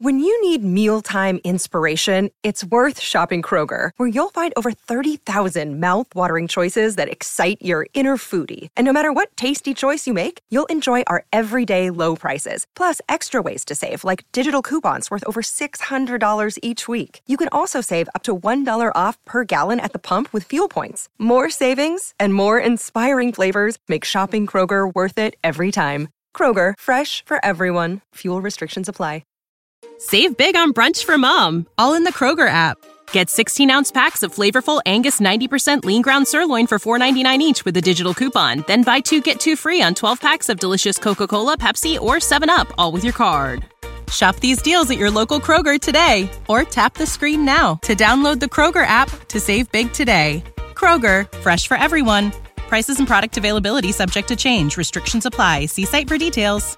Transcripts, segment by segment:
When you need mealtime inspiration, it's worth shopping Kroger, where you'll find over 30,000 mouth-watering choices that excite your inner foodie. And no matter what tasty choice you make, you'll enjoy our everyday low prices, plus extra ways to save, like digital coupons worth over $600 each week. You can also save up to $1 off per gallon at the pump with fuel points. More savings and more inspiring flavors make shopping Kroger worth it every time. Kroger, fresh for everyone. Fuel restrictions apply. Save big on brunch for mom, all in the Kroger app. Get 16-ounce packs of flavorful Angus 90% lean ground sirloin for $4.99 each with a digital coupon. Then buy 2, get 2 free on 12 packs of delicious Coca-Cola, Pepsi, or 7-Up, all with your card. Shop these deals at your local Kroger today, or tap the screen now to download the Kroger app to save big today. Kroger, fresh for everyone. Prices and product availability subject to change. Restrictions apply. See site for details.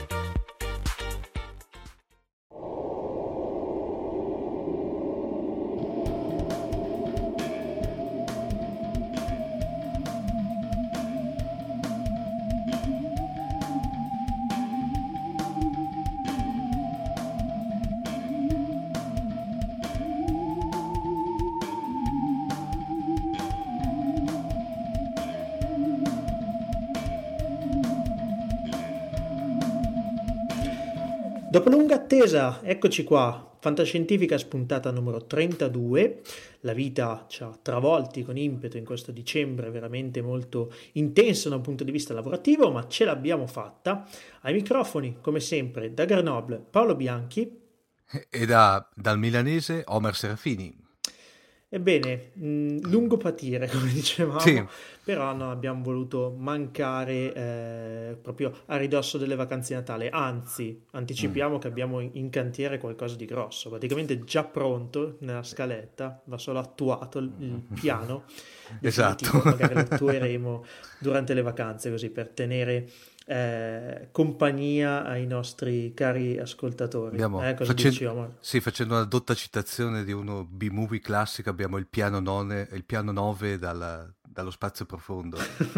Dopo lunga attesa, eccoci qua, Fantascientifica spuntata numero 32. La vita ci ha travolti con impeto in questo dicembre veramente molto intenso da un punto di vista lavorativo, ma ce l'abbiamo fatta. Ai microfoni, come sempre, da Grenoble Paolo Bianchi e dal milanese Omer Serafini. Ebbene, lungo patire, come dicevamo, sì. Però non abbiamo voluto mancare proprio a ridosso delle vacanze di Natale, anzi, anticipiamo che abbiamo in cantiere qualcosa di grosso, praticamente già pronto nella scaletta, va solo attuato il piano. Esatto. Magari lo attueremo durante le vacanze, così per tenere compagnia ai nostri cari ascoltatori. Cosa dici, Omar? Sì, facendo una dotta citazione di uno B-movie classico, abbiamo il piano 9 dallo spazio profondo.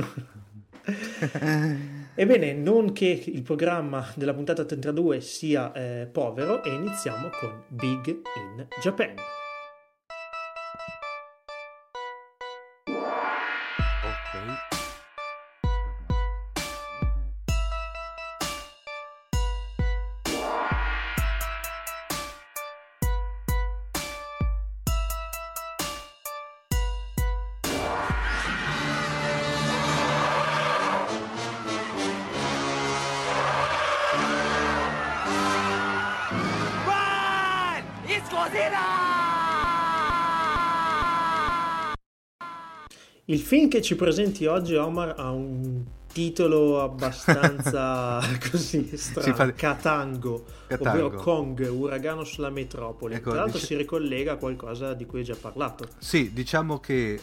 Ebbene, non che il programma della puntata 32 sia povero, e iniziamo con Big in Japan. Il film che ci presenti oggi, Omar, ha un titolo abbastanza così strano, Katango, ovvero Kong, uragano sulla metropoli. Tra l'altro si ricollega a qualcosa di cui hai già parlato. Sì, diciamo che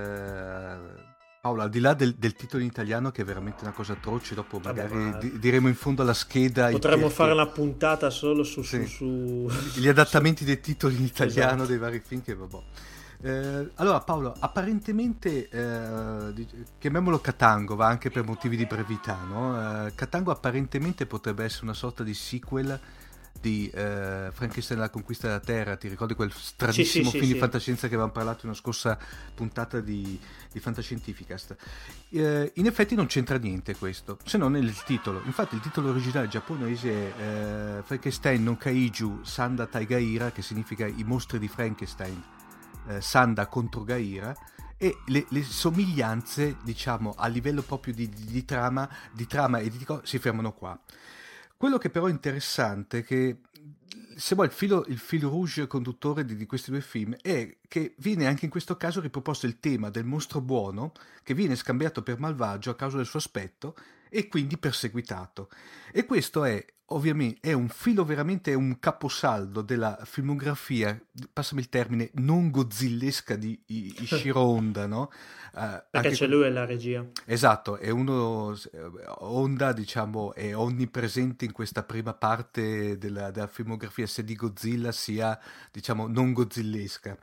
Paolo, al di là del titolo in italiano, che è veramente una cosa atroce, dopo magari diremo in fondo alla scheda. Potremmo fare una puntata solo su gli adattamenti dei titoli in italiano, esatto, dei vari film, che vabbè. Allora Paolo, apparentemente chiamiamolo Katango, va anche per motivi di brevità, no? Katango apparentemente potrebbe essere una sorta di sequel di Frankenstein la conquista della Terra. Ti ricordi quel stranissimo film di fantascienza che avevamo parlato in una scorsa puntata di Fantascientificast? In effetti non c'entra niente questo, se non nel titolo. Infatti il titolo originale giapponese è Frankenstein no Kaiju Sanda Taigaira, che significa i mostri di Frankenstein, Sanda contro Gaira, e le somiglianze, diciamo, a livello proprio di trama e si fermano qua. Quello che però è interessante è che, se vuoi, il fil rouge conduttore di questi due film è che viene anche in questo caso riproposto il tema del mostro buono che viene scambiato per malvagio a causa del suo aspetto e quindi perseguitato. E questo è ovviamente un filo, veramente un caposaldo della filmografia, passami il termine, non godzillesca di Ishiro Honda, no? Perché c'è lui alla regia. Esatto, è Honda, diciamo, è onnipresente in questa prima parte della filmografia, sia di Godzilla sia, diciamo, non godzillesca.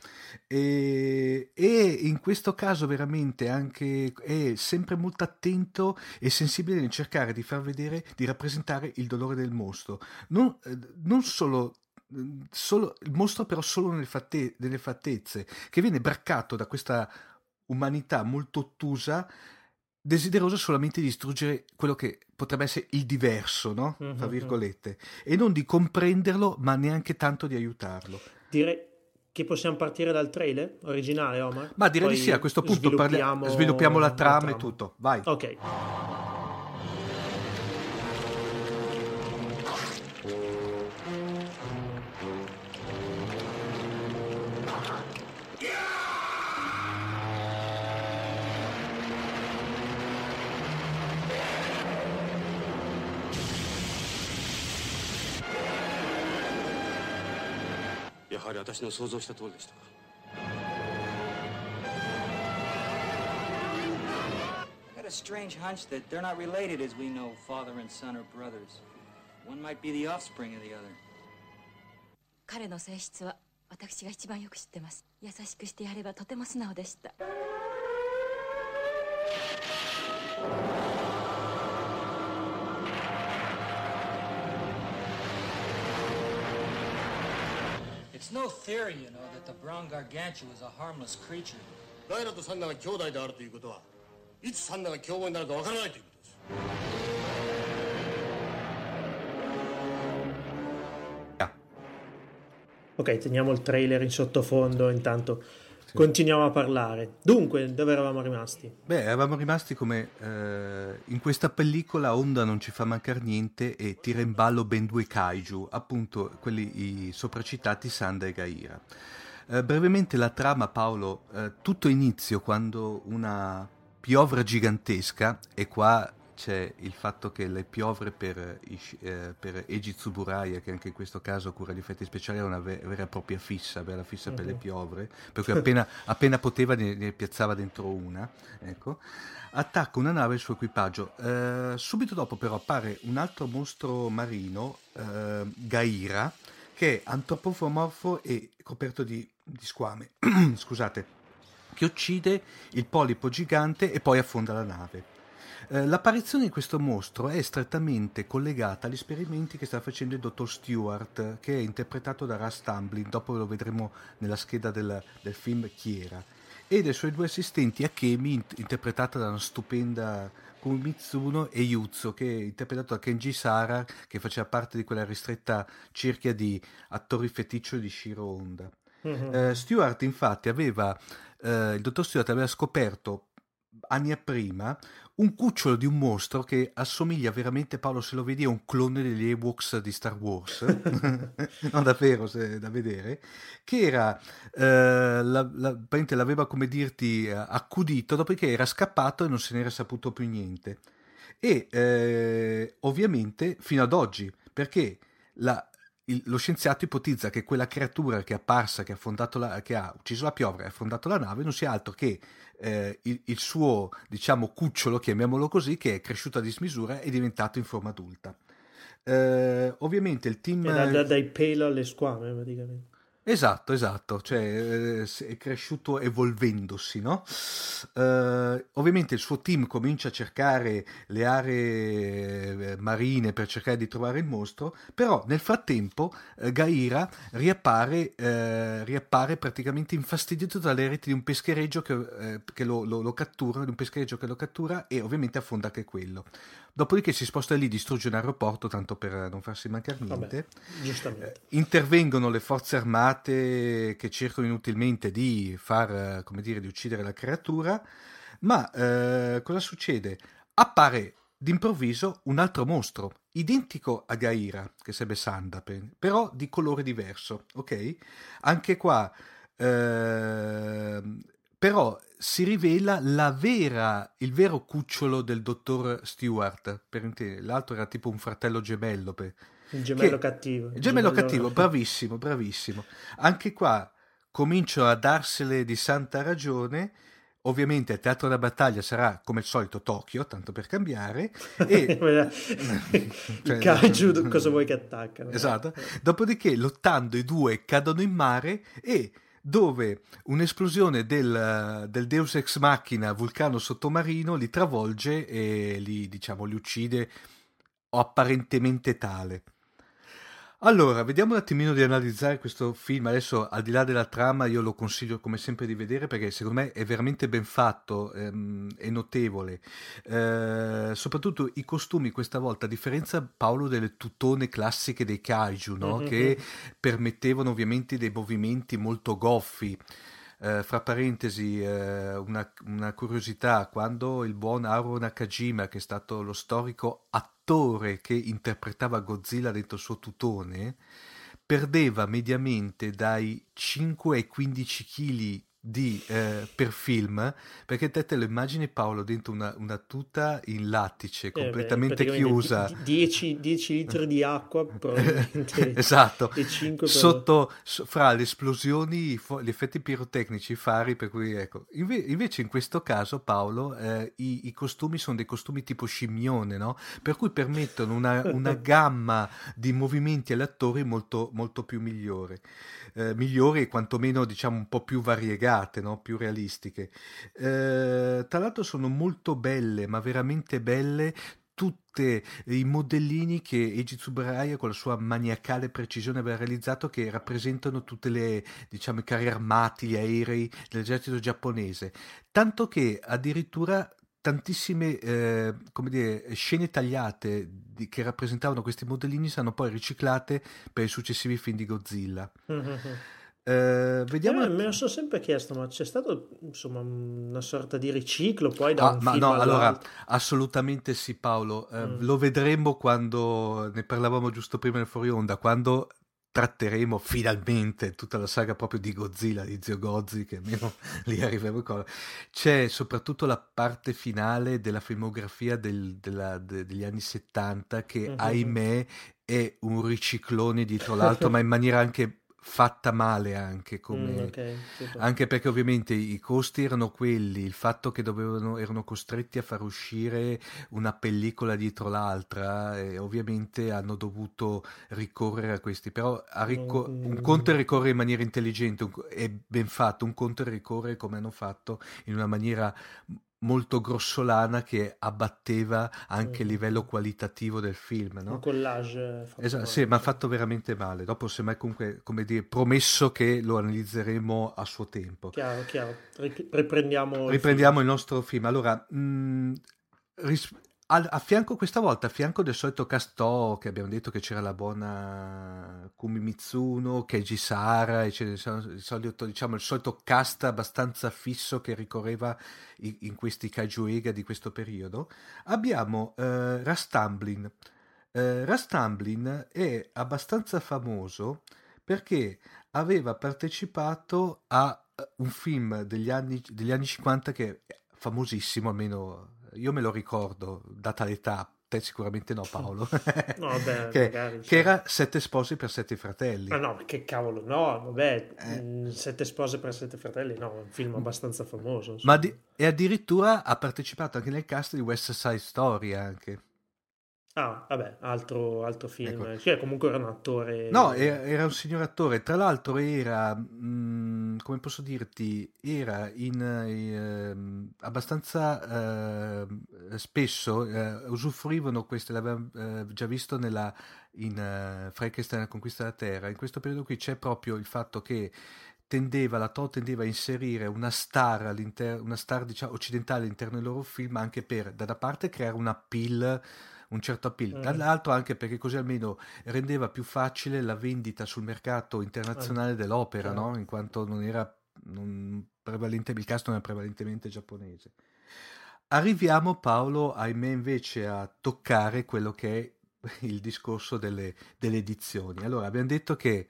E in questo caso veramente anche è sempre molto attento e sensibile nel cercare di far vedere, di rappresentare il dolore del mostro, non solo il mostro però solo nelle fattezze, che viene braccato da questa umanità molto ottusa, desiderosa solamente di distruggere quello che potrebbe essere il diverso, no? Tra virgolette, e non di comprenderlo, ma neanche tanto di aiutarlo. Direi che possiamo partire dal trailer originale, Omar? Ma direi Poi di sì, a questo punto sviluppiamo la trama e tutto. Vai. Ok. やはり私の想像した通りでしたか。 I got a strange hunch that they're not related as we know father and son are brothers. One might be the offspring of the other. 彼の性質は私が一番よく知ってます。優しくしてやればとても素直でした。 It's no theory, you know, that the brown gargantua is a harmless creature. ガイラとサンナが兄弟であるということは、いつサンナが凶暴になるかわからないということです。 Ok, teniamo il trailer in sottofondo, intanto continuiamo a parlare. Dunque, dove eravamo rimasti? Beh, eravamo rimasti come in questa pellicola Honda non ci fa mancare niente e tira in ballo ben due kaiju, appunto quelli i sopracitati Sanda e Gaira. Brevemente la trama, Paolo, tutto inizio quando una piovra gigantesca, e qua c'è il fatto che le piovre per Eiji Tsuburaya, che anche in questo caso cura gli effetti speciali, era una vera e propria fissa, vera fissa per le piovre, per cui appena poteva ne piazzava dentro una, ecco. Attacca una nave e il suo equipaggio. Subito dopo però appare un altro mostro marino, Gaira, che è antropomorfo e coperto di squame, scusate, che uccide il polipo gigante e poi affonda la nave. L'apparizione di questo mostro è strettamente collegata agli esperimenti che sta facendo il dottor Stewart, che è interpretato da Russ Tamblyn, dopo lo vedremo nella scheda del film Chiera, e dai suoi due assistenti Akemi, interpretata da una stupenda Kumi Mitsuno, e Yuzo, che è interpretato da Kenji Sara, che faceva parte di quella ristretta cerchia di attori feticcio di Shiro Honda. Stewart infatti il dottor Stewart aveva scoperto anni prima un cucciolo di un mostro che assomiglia veramente, Paolo, se lo vedi, a un clone degli Ewoks di Star Wars, no, davvero, da vedere, che era l'aveva, come dirti, accudito, dopodiché era scappato e non se n'era saputo più niente. E ovviamente fino ad oggi, perché lo scienziato ipotizza che quella creatura che è apparsa, che ha ucciso la piovra e ha affondato la nave, non sia altro che il suo, diciamo, cucciolo, chiamiamolo così, che è cresciuto a dismisura e è diventato in forma adulta. Ovviamente il team... Dai pelo alle squame, praticamente. Esatto, cioè è cresciuto evolvendosi, no? Ovviamente il suo team comincia a cercare le aree marine per cercare di trovare il mostro, però nel frattempo Gaira riappare praticamente infastidito dalle reti di un peschereccio che lo cattura, di un peschereccio che lo cattura, e ovviamente affonda anche quello. Dopodiché si sposta lì, distrugge un aeroporto, tanto per non farsi mancare niente. Vabbè, giustamente. Intervengono le forze armate che cercano inutilmente di di uccidere la creatura, ma cosa succede? Appare d'improvviso un altro mostro, identico a Gaira, che sarebbe Sandapen, però di colore diverso, ok? Anche qua però si rivela il vero cucciolo del dottor Stewart, l'altro era tipo un fratello gemello. Il gemello cattivo. Il gemello cattivo, bravissimo. Anche qua comincio a darsele di santa ragione. Ovviamente il teatro della battaglia sarà come al solito Tokyo, tanto per cambiare. E il kaiju, cosa vuoi che attaccano? Esatto. Dopodiché, lottando, i due cadono in mare, e dove un'esplosione del Deus Ex Machina vulcano sottomarino li travolge e li uccide, o apparentemente tale. Allora, vediamo un attimino di analizzare questo film. Adesso, al di là della trama, io lo consiglio come sempre di vedere perché secondo me è veramente ben fatto, è notevole. Soprattutto i costumi questa volta, a differenza, Paolo, delle tutone classiche dei kaiju, no? Che permettevano ovviamente dei movimenti molto goffi. Fra parentesi, una curiosità, quando il buon Haruo Nakajima, che è stato lo storico attore che interpretava Godzilla dentro il suo tutone, perdeva mediamente dai 5 ai 15 kg per film, perché te lo immagini, Paolo, dentro una tuta in lattice completamente chiusa, 10 litri di acqua probabilmente. esatto, e 5 fra le esplosioni, gli effetti pirotecnici, i fari, per cui ecco. Invece in questo caso, Paolo, i costumi sono dei costumi tipo scimmione, no? Per cui permettono una gamma di movimenti agli attori molto, molto più migliori e quantomeno, diciamo, un po' più variegate, no? Più realistiche. Tra l'altro sono molto belle, ma veramente belle, tutti i modellini che Eiji Tsuburaya con la sua maniacale precisione aveva realizzato, che rappresentano tutte le, diciamo, i carri armati, gli aerei dell'esercito giapponese, tanto che addirittura tantissime come dire, scene tagliate che rappresentavano questi modellini sono poi riciclate per i successivi film di Godzilla. Vediamo. Me lo sono sempre chiesto, ma c'è stato insomma una sorta di riciclo poi da un film all'altro? Allora, assolutamente sì, Paolo. Lo vedremo quando ne parlavamo giusto prima nel fuori onda, quando tratteremo finalmente tutta la saga proprio di Godzilla, di Zio Gozzi, che almeno lì arriveremo ancora. C'è soprattutto la parte finale della filmografia degli anni 70 che, ahimè, è un riciclone dietro l'altro, ma in maniera anche fatta male, anche come anche perché ovviamente i costi erano quelli, il fatto che erano costretti a far uscire una pellicola dietro l'altra, e ovviamente hanno dovuto ricorrere a questi, però un conto è ricorrere in maniera intelligente e ben fatto, un conto è ricorrere come hanno fatto in una maniera molto grossolana che abbatteva anche il livello qualitativo del film, no? Un collage fatto esatto, sì, ma fatto veramente male. Dopo, semmai, comunque, come dire, promesso che lo analizzeremo a suo tempo. Chiaro. Riprendiamo il nostro film. Allora, a fianco, questa volta, a fianco del solito cast che abbiamo detto che c'era la buona Kumi Mitsuno, Keiji Sara, il solito, diciamo, il solito cast abbastanza fisso che ricorreva in questi kaiju Ega di questo periodo, abbiamo Russ Tamblyn. Russ Tamblyn è abbastanza famoso perché aveva partecipato a un film degli anni 50 che è famosissimo, almeno io me lo ricordo, data l'età. Te sicuramente no, Paolo. No, vabbè, che era Sette spose per sette fratelli. Ma no, che cavolo, no, vabbè, Sette spose per sette fratelli, no, è un film abbastanza famoso. E addirittura ha partecipato anche nel cast di West Side Story, anche. Ah, vabbè, altro film. Ecco. Cioè, comunque era un attore. No, era un signor attore. Tra l'altro era, come posso dirti, era abbastanza spesso usufruivano queste, l'avevamo già visto in Frankenstein la conquista della Terra. In questo periodo qui c'è proprio il fatto che la TOA tendeva a inserire una star diciamo, occidentale all'interno dei loro film, anche per, da una parte, creare un certo appeal, dall'altro anche perché così almeno rendeva più facile la vendita sul mercato internazionale dell'opera, no? In quanto il cast non era prevalentemente giapponese. Arriviamo, Paolo, ahimè, invece a toccare quello che è il discorso delle edizioni. Allora, abbiamo detto che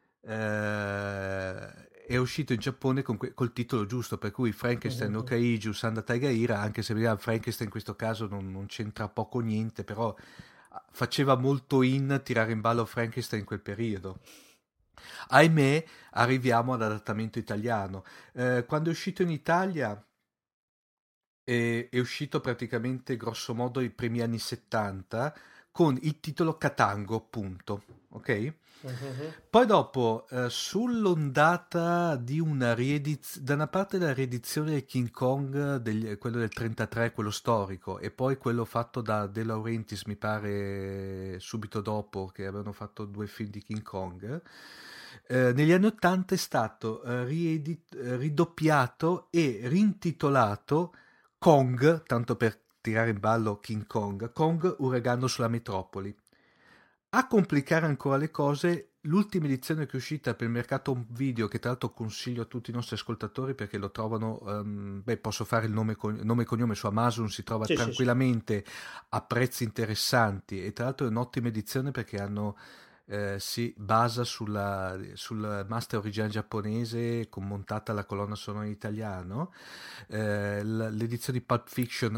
è uscito in Giappone col titolo giusto, per cui Frankenstein no Kaiju Sanda Taigaira, anche se Frankenstein in questo caso non c'entra poco niente, però faceva molto tirare in ballo Frankenstein in quel periodo. Ahimè, arriviamo all'adattamento italiano. Quando è uscito in Italia è uscito praticamente grosso modo i primi anni 70, con il titolo Katango, punto. Ok? Poi dopo, sull'ondata di una riedizione, da una parte la riedizione del King Kong, quello del 33, quello storico, e poi quello fatto da De Laurentiis, mi pare subito dopo, che avevano fatto 2 film di King Kong, negli anni '80 è stato ridoppiato e rintitolato Kong, tanto per tirare in ballo King Kong, Kong uragano sulla metropoli. A complicare ancora le cose, l'ultima edizione che è uscita per il mercato video, che tra l'altro consiglio a tutti i nostri ascoltatori perché lo trovano, posso fare il nome e cognome su Amazon, si trova tranquillamente a prezzi interessanti, e tra l'altro è un'ottima edizione perché si basa sul master originale giapponese con montata la colonna sonora in italiano. L'edizione di Pulp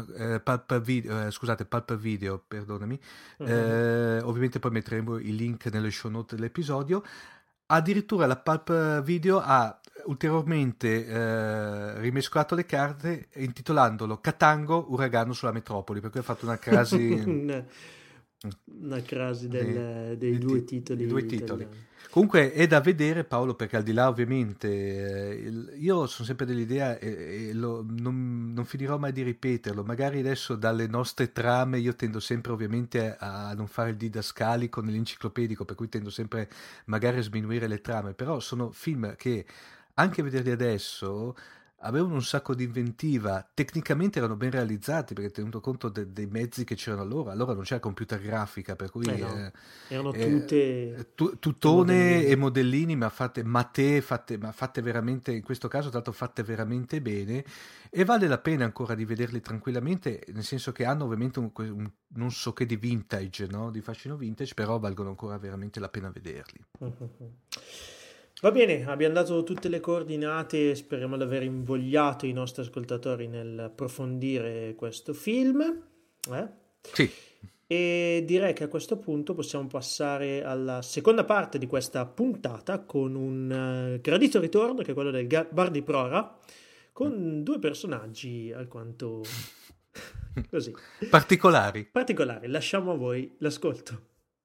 Video, perdonami. Ovviamente poi metteremo i link nelle show note dell'episodio. Addirittura la Pulp Video ha ulteriormente rimescolato le carte intitolandolo Katango uragano sulla metropoli, perché ha fatto una crasi una crasi dei due titoli. Comunque è da vedere, Paolo, perché al di là ovviamente io sono sempre dell'idea e non finirò mai di ripeterlo, magari adesso dalle nostre trame io tendo sempre ovviamente a non fare il didascalico nell'enciclopedico, per cui tendo sempre magari a sminuire le trame, però sono film che anche a vederli adesso avevano un sacco di inventiva, tecnicamente erano ben realizzati perché tenuto conto dei mezzi che c'erano allora non c'era computer grafica, per cui erano tutte tutone e modellini ma fatte veramente, in questo caso tanto fatte veramente bene, e vale la pena ancora di vederli tranquillamente, nel senso che hanno ovviamente un non so che di vintage, no? Di fascino vintage, però valgono ancora veramente la pena vederli. Va bene, abbiamo dato tutte le coordinate, speriamo di aver invogliato i nostri ascoltatori nel approfondire questo film. Sì. E direi che a questo punto possiamo passare alla seconda parte di questa puntata con un gradito ritorno, che è quello del Bar di Prora, con 2 personaggi alquanto così particolari. Lasciamo a voi l'ascolto.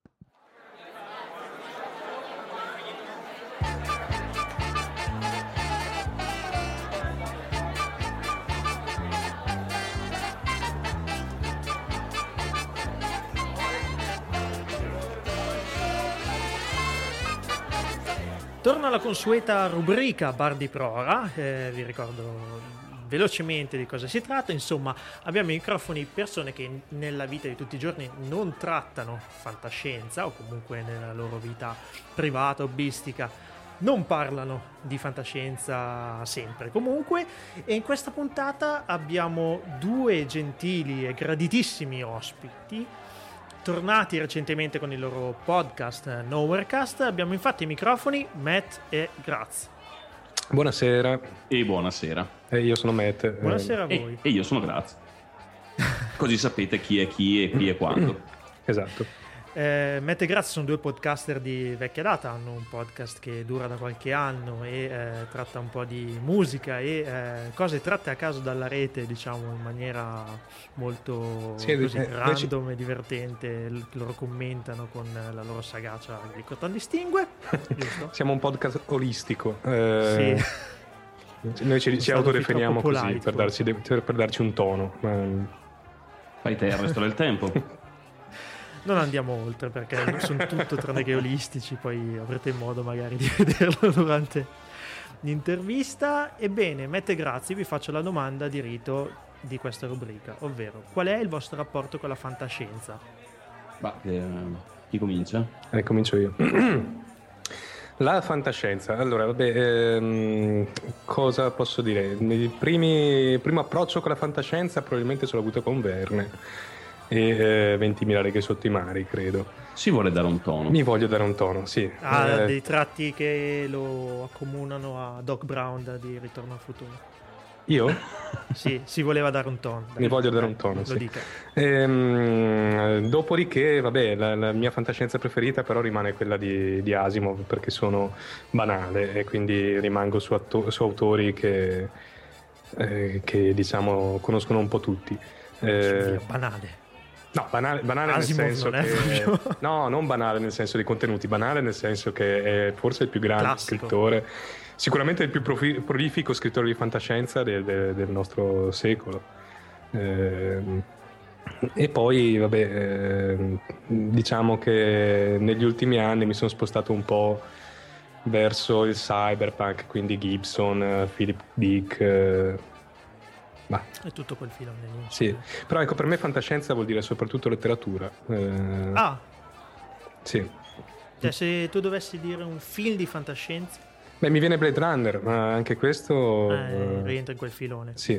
Torna alla consueta rubrica Bar di Prora, vi ricordo velocemente di cosa si tratta. Insomma, abbiamo ai microfoni persone che nella vita di tutti i giorni non trattano fantascienza, o comunque nella loro vita privata, hobbistica, non parlano di fantascienza sempre comunque, e in questa puntata abbiamo 2 gentili e graditissimi ospiti tornati recentemente con il loro podcast Nowherecast. Abbiamo infatti ai microfoni Matt e Graz. Buonasera. E buonasera. Io sono Matt. Buonasera a voi. E io sono Graz. Così sapete chi è chi e qui e quando. Esatto. Matt e Graz sono 2 podcaster di vecchia data, hanno un podcast che dura da qualche anno e tratta un po' di musica e cose tratte a caso dalla rete, diciamo in maniera molto random e divertente. Loro commentano con la loro sagacia che li contraddistingue. Giusto? Siamo un podcast olistico. Sì. Noi ci autodefiniamo così per darci un tono. Fai te il resto del tempo. Non andiamo oltre perché sono tutto tranne che olistici, poi avrete modo magari di vederlo durante l'intervista. Ebbene, Matt e Grazzi, vi faccio la domanda di rito di questa rubrica, ovvero qual è il vostro rapporto con la fantascienza? Chi comincia? Comincio io. La fantascienza, allora cosa posso dire? Il primo approccio con la fantascienza probabilmente ce l'ho avuto con Verne e 20.000 leghe sotto i mari, credo. Si vuole dare un tono. Mi voglio dare un tono, sì. Dei tratti che lo accomunano a Doc Brown di Ritorno al futuro. Io? Sì, si voleva dare un tono. Mi voglio dare un tono, lo sì. dica. Dopodiché, vabbè, la mia fantascienza preferita però rimane quella di Asimov, perché sono banale e quindi rimango su autori che diciamo conoscono un po' tutti. Banale. No, banale nel Asimov senso non è che... proprio- No, non banale nel senso dei contenuti, banale nel senso che è forse il più grande Classico. scrittore, sicuramente il più prolifico scrittore di fantascienza del nostro secolo. E poi, vabbè, diciamo che negli ultimi anni mi sono spostato un po' verso il cyberpunk, quindi Gibson, Philip Dick... È tutto quel filone lì. Sì, però ecco, per me fantascienza vuol dire soprattutto letteratura. Sì. Cioè, se tu dovessi dire un film di fantascienza, Beh, mi viene Blade Runner, ma anche questo... rientra in quel filone. Sì.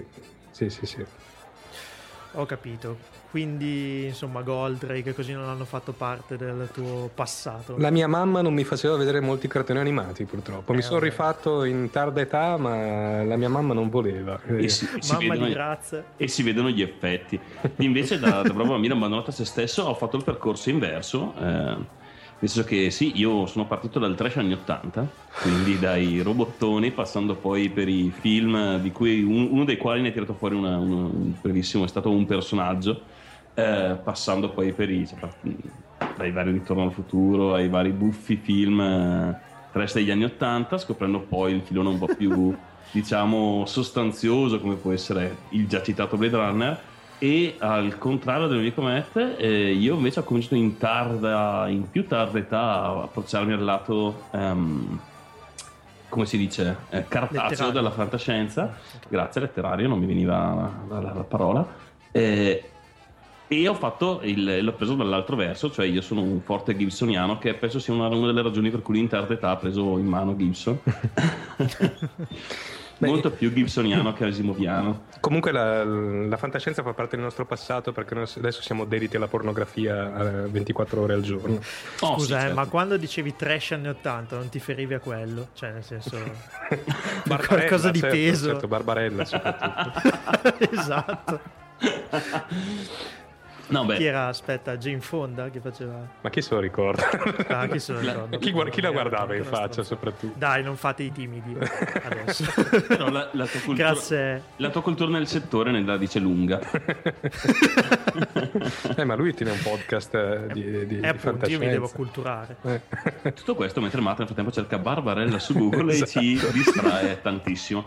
Ho capito. Quindi, insomma, Goldrake così non hanno fatto parte del tuo passato. La mia mamma non mi faceva vedere molti cartoni animati, purtroppo. Mi sono vabbè. rifatto in tarda età, ma la mia mamma non voleva. Mamma di grazia. E si vedono gli effetti. Invece da bravo bambino abbandonato a se stesso ho fatto il percorso inverso, nel senso che sì, io sono partito dal trash anni 80, quindi dai robottoni, passando poi per i film di cui uno dei quali ne ha tirato fuori un brevissimo, è stato un personaggio, passando poi per dai vari Ritorno al futuro ai vari buffi film trash degli anni 80, scoprendo poi il filone un po' più diciamo sostanzioso come può essere il già citato Blade Runner. E al contrario del mio amico Matt, io invece ho cominciato in più tarda età a approcciarmi al lato come si dice cartaceo letterario. della fantascienza. Grazie, letterario, non mi veniva la parola. E ho fatto l'ho preso dall'altro verso, cioè io sono un forte gibsoniano, che penso sia una delle ragioni per cui in tarda età ha preso in mano Gibson. Molto più gibsoniano che asimoviano. Comunque la fantascienza fa parte del nostro passato, perché noi adesso siamo dediti alla pornografia 24 ore al giorno. Scusa, sì, certo. ma quando dicevi trash anni 80 non ti ferivi a quello? Cioè, nel senso... Barbarella, qualcosa di certo, peso. certo, Barbarella soprattutto. Esatto. No, beh. Chi era? Aspetta, Jane Fonda che faceva... Ma chi se lo ricorda? Chi se lo ricorda? Chi la guardava in faccia soprattutto? Dai, non fate i timidi adesso. Però la tua cultura, Grazie. la tua cultura nel settore ne la dice lunga. Ma lui tiene un podcast di appunto, fantascienza. io mi devo acculturare. Tutto questo mentre Matt nel frattempo cerca Barbarella su Google e ci distrae tantissimo.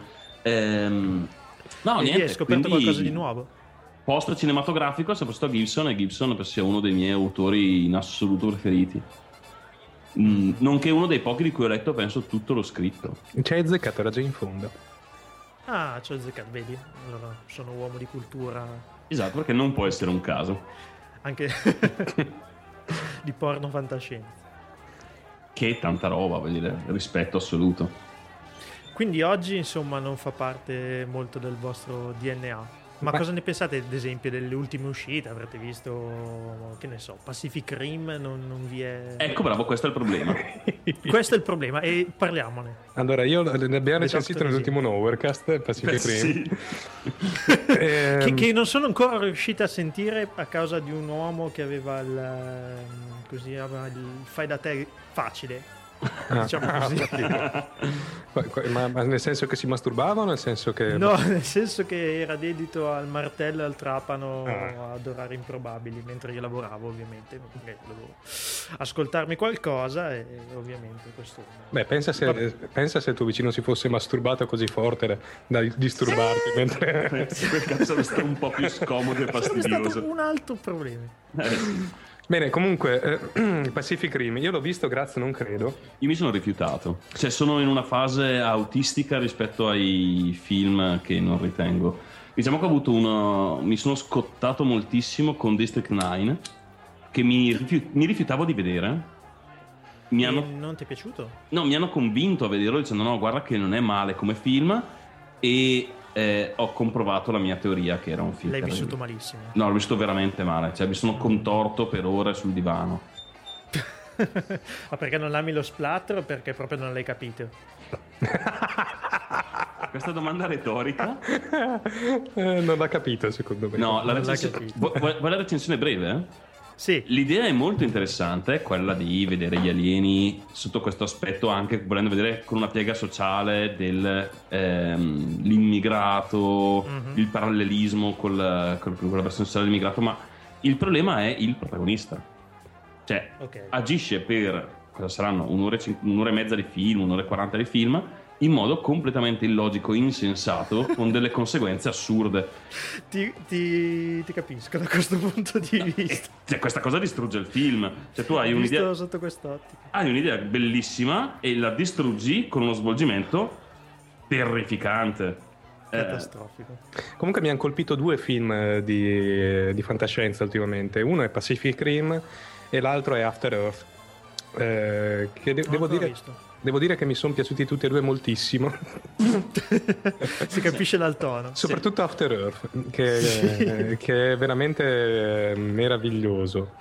No, niente, Hai scoperto quindi qualcosa di nuovo? Post cinematografico, soprattutto a Gibson, e Gibson penso sia uno dei miei autori in assoluto preferiti. Nonché uno dei pochi di cui ho letto penso tutto lo scritto. Ci hai azzeccato, era Jane Fonda. Ah, c'ho azzeccato, vedi? Allora, sono uomo di cultura. Esatto, perché non può essere un caso. Anche di porno fantascienza. Che tanta roba, voglio dire, rispetto assoluto. Quindi oggi, insomma, non fa parte molto del vostro DNA. Ma cosa ne pensate, ad esempio, delle ultime uscite? Avrete visto, che ne so, Pacific Rim, non vi è... Ecco, bravo, questo è il problema. Questo è il problema, e parliamone. Allora, io ne abbiamo recensito nell'ultimo Nowherecast, Pacific Rim. Sì. Che non sono ancora riuscito a sentire a causa di un uomo che aveva il fai da te facile. Diciamo così. Ma nel senso che si masturbava o nel senso che... No, nel senso che era dedito al martello e al trapano ad orari improbabili mentre io lavoravo, ovviamente, perché dovevo ascoltarmi qualcosa e ovviamente questo... Beh, pensa se il tuo vicino si fosse masturbato così forte da disturbarti mentre... Quel cazzo sarebbe stato un po' più scomodo e fastidioso. È stato un altro problema. Bene, comunque, Pacific Rim, io l'ho visto, grazie, non credo. Io mi sono rifiutato. Cioè, sono in una fase autistica rispetto ai film che non ritengo. Diciamo che ho avuto mi sono scottato moltissimo con District 9, che mi rifiutavo di vedere. Non ti è piaciuto? No, mi hanno convinto a vederlo dicendo no, guarda che non è male come film, e ho comprovato la mia teoria che era un film. L'hai vissuto malissimo? No, l'ho vissuto veramente male, cioè mi sono contorto per ore sul divano. Ma perché non ami lo splatter o perché proprio non l'hai capito? Questa domanda retorica? Non l'ha capito, secondo me. No, vuoi la recensione breve? Sì. L'idea è molto interessante, quella di vedere gli alieni sotto questo aspetto, anche volendo vedere con una piega sociale dell'immigrato, il parallelismo con la versione sociale dell'immigrato, ma Il problema è il protagonista. Cioè, agisce per, cosa saranno, un'ora e mezza di film, un'ora e 40 di film, in modo completamente illogico, insensato, con delle conseguenze assurde. Ti capisco da questo punto di vista. Cioè, questa cosa distrugge il film. Cioè, tu hai un'idea sotto quest'ottica. Hai un'idea bellissima e la distruggi con uno svolgimento terrificante. Catastrofico. Comunque mi hanno colpito 2 film di fantascienza ultimamente. Uno è Pacific Rim e l'altro è After Earth. Che devo dire che mi sono piaciuti tutti e 2 moltissimo. Si capisce dal tono. Soprattutto After Earth, che è veramente meraviglioso.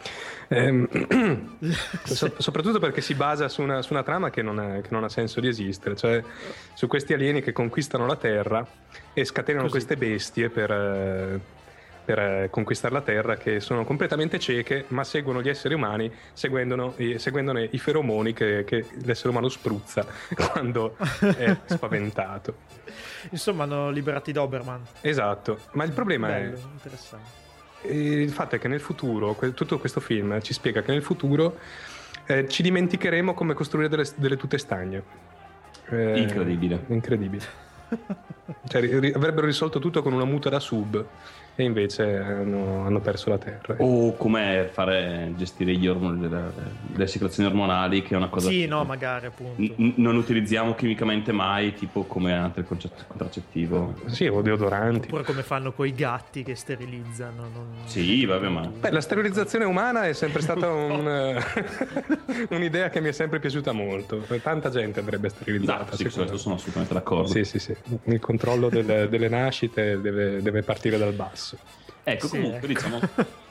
Soprattutto perché si basa su una trama che non ha senso di esistere, cioè su questi alieni che conquistano la Terra e scatenano queste bestie per conquistare la Terra, che sono completamente cieche ma seguono gli esseri umani seguendone i feromoni che l'essere umano spruzza quando è spaventato. Insomma, hanno liberati Doberman. Esatto, ma il problema è interessante. Il fatto è che nel futuro, tutto questo film ci spiega che nel futuro ci dimenticheremo come costruire delle tute stagne. Incredibile. Cioè, avrebbero risolto tutto con una muta da sub e invece hanno perso la Terra. O come gestire gli ormoni, le secrezioni ormonali, che è una cosa magari appunto non utilizziamo chimicamente mai, tipo come altri contraccettivo. Sì, o deodoranti. Oppure come fanno coi gatti che sterilizzano. Sì, vabbè, ma la sterilizzazione umana è sempre stata un'idea che mi è sempre piaciuta molto. Tanta gente andrebbe sterilizzata. Sì, questo sono assolutamente d'accordo. Sì. Il controllo delle nascite deve partire dal basso. Ecco, comunque, diciamo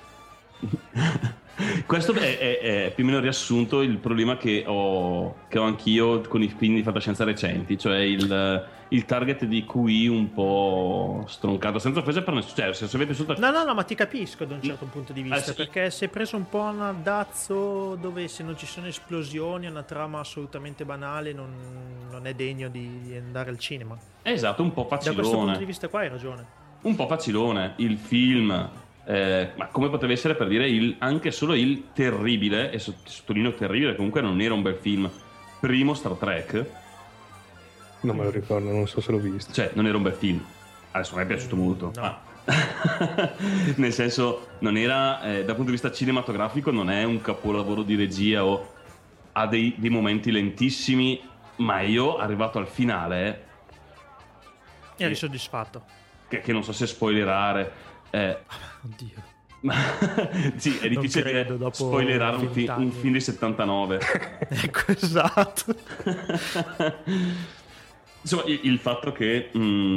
questo è più o meno riassunto il problema che ho anch'io con i film di fantascienza recenti, cioè il target di QI un po' stroncato, senza offesa per nessuno. Cioè, se avete vissuto... No, ma ti capisco da un certo punto di vista, perché si è preso un po' un andazzo dove, se non ci sono esplosioni, una trama assolutamente banale, non è degno di andare al cinema. Esatto, un po' facilone. Da questo punto di vista qua hai ragione. Un po' facilone il film, ma come poteva essere, per dire, anche solo il terribile, e sottolineo terribile, comunque non era un bel film, primo Star Trek. Non me lo ricordo, non so se l'ho visto. Cioè, non era un bel film. Adesso mi è piaciuto molto. No. Nel senso, non era, dal punto di vista cinematografico, non è un capolavoro di regia, o ha dei momenti lentissimi, ma io, arrivato al finale, eri soddisfatto. Che non so se spoilerare. Oddio. Sì, è difficile spoilerare un film di 79. Ecco, esatto. Insomma, il fatto che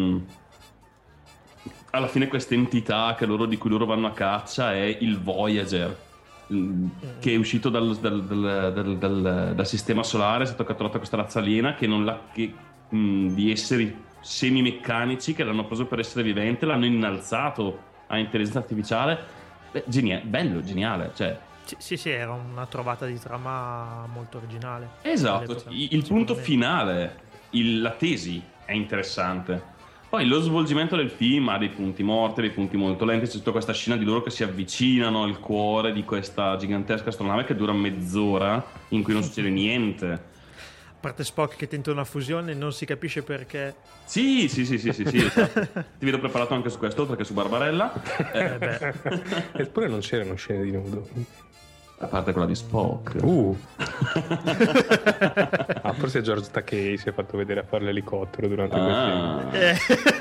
alla fine questa entità di cui loro vanno a caccia è il Voyager, che è uscito dal sistema solare, è stato catturato questa razza aliena di esseri semimeccanici che l'hanno preso per essere vivente, l'hanno innalzato a intelligenza artificiale. Bello, geniale, cioè. Sì, era una trovata di trama molto originale. Esatto, il punto finale, la tesi è interessante. Poi lo svolgimento del film ha dei punti morti, dei punti molto lenti. C'è tutta questa scena di loro che si avvicinano al cuore di questa gigantesca astronave che dura mezz'ora, in cui non succede niente. A parte Spock che tenta una fusione, non si capisce perché. Sì, esatto. Ti vedo preparato anche su questo, oltre che su Barbarella. Eppure non c'erano scene di nudo. A parte quella di Spock. Forse George Takei si è fatto vedere a fare l'elicottero durante quel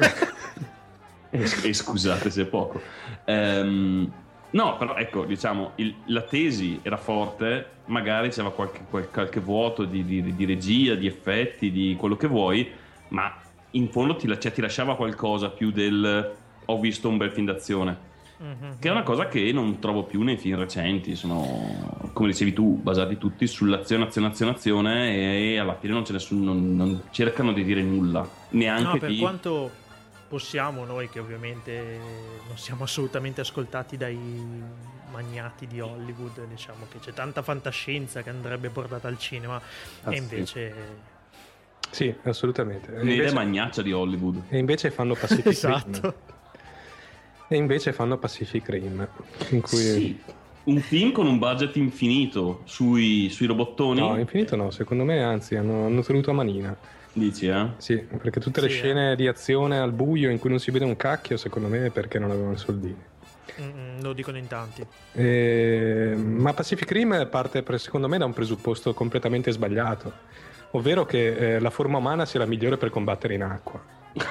film. Scusate se è poco. No, però ecco, diciamo, la tesi era forte, magari c'era qualche vuoto di regia, di effetti, di quello che vuoi, ma in fondo ti lasciava qualcosa più del ho visto un bel film d'azione, che è una cosa che non trovo più nei film recenti. Sono, come dicevi tu, basati tutti sull'azione e alla fine non cercano di dire nulla, neanche per quanto possiamo noi, che ovviamente non siamo assolutamente ascoltati dai magnati di Hollywood, diciamo che c'è tanta fantascienza che andrebbe portata al cinema, e invece sì, assolutamente, un'idea magnaccia di Hollywood, e invece fanno Pacific Rim. Esatto. E invece fanno Pacific Rim, in cui... Sì. Un film con un budget infinito sui robottoni? No, infinito no, secondo me anzi hanno tenuto a manina. Dici, eh? Sì, perché tutte le scene di azione al buio in cui non si vede un cacchio, secondo me è perché non avevano i soldini. Lo dicono in tanti. Ma Pacific Rim parte secondo me da un presupposto completamente sbagliato, ovvero che la forma umana sia la migliore per combattere in acqua.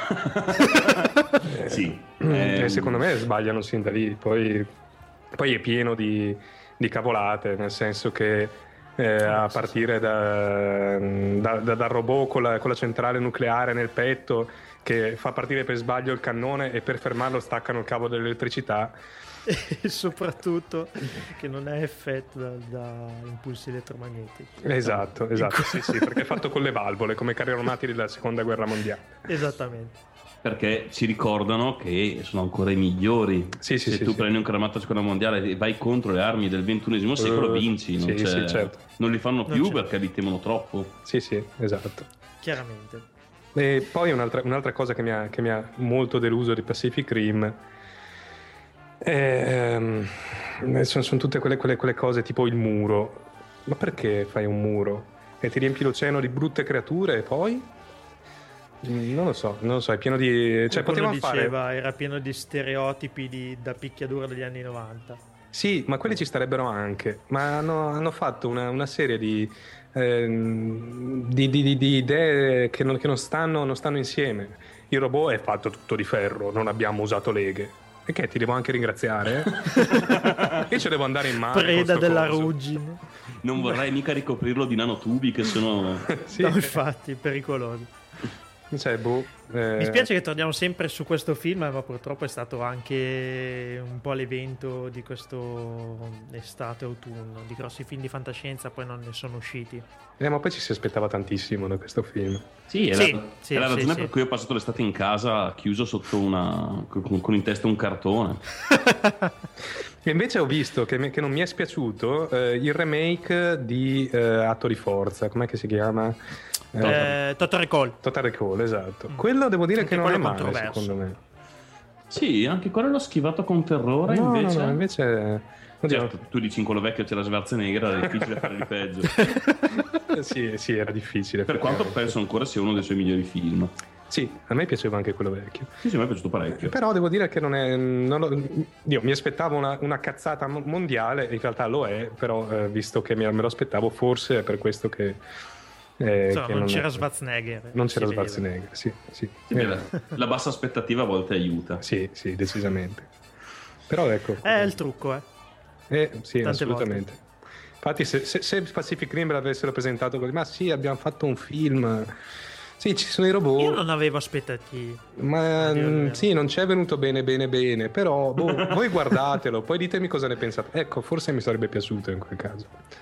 Sì. Secondo me sbagliano sin da lì. Poi è pieno di cavolate, nel senso che a partire dal robot con la centrale nucleare nel petto che fa partire per sbaglio il cannone e per fermarlo staccano il cavo dell'elettricità. E soprattutto che non è effetto da impulsi elettromagnetici. Esatto, sì, perché è fatto con le valvole, come i carri armati della seconda guerra mondiale. Esattamente. Perché ci ricordano che sono ancora i migliori. Se tu prendi un carro armato della seconda mondiale e vai contro le armi del XXI secolo, vinci. Certo. Non li fanno più perché li temono troppo. Sì, esatto. Chiaramente. E poi un'altra cosa che mi ha molto deluso di Pacific Rim sono tutte quelle cose tipo il muro. Ma perché fai un muro? E ti riempi l'oceano di brutte creature e poi? Non lo so, è pieno di... Cioè, potevamo fare... Era pieno di stereotipi da picchiaduro degli anni 90. Sì, ma quelli ci starebbero anche. Ma hanno fatto una serie di idee che non stanno insieme. Il robot è fatto tutto di ferro, non abbiamo usato leghe. E che ti devo anche ringraziare? Io ci devo andare in mare. Preda della ruggine. Non vorrei mica ricoprirlo di nanotubi che sono... Sì. No, infatti, pericolosi. Mi spiace che torniamo sempre su questo film, ma purtroppo è stato anche un po' l'evento di questo estate-autunno, di grossi film di fantascienza, poi non ne sono usciti. Ma poi ci si aspettava tantissimo da questo film. Sì, è la ragione per cui ho passato l'estate in casa chiuso sotto con in testa un cartone. E invece ho visto che non mi è spiaciuto il remake di Atto di Forza, com'è che si chiama? Total Recall, esatto. Quello devo dire anche che non è male, secondo me. Sì, anche quello l'ho schivato con terrore. Invece certo, tu dici in quello vecchio c'era Schwarzenegger, era difficile fare di peggio. sì, era difficile. Per quanto penso ancora sia uno dei suoi migliori film. Sì, a me piaceva anche quello vecchio. Sì, a me è piaciuto parecchio. Però devo dire che io mi aspettavo una cazzata mondiale, in realtà lo è, però visto che me lo aspettavo, forse è per questo che non c'era Schwarzenegger. Non c'era Schwarzenegger, sì. La bassa aspettativa a volte aiuta. Sì, decisamente. Però ecco. È il trucco, sì, tante assolutamente. Volte. Infatti se Pacific Rim l'avessero presentato così, ma sì, abbiamo fatto un film... Sì, ci sono i robot. Io non avevo aspettative. Ma sì, non ci è venuto bene, però voi guardatelo, poi ditemi cosa ne pensate. Ecco, forse mi sarebbe piaciuto in quel caso.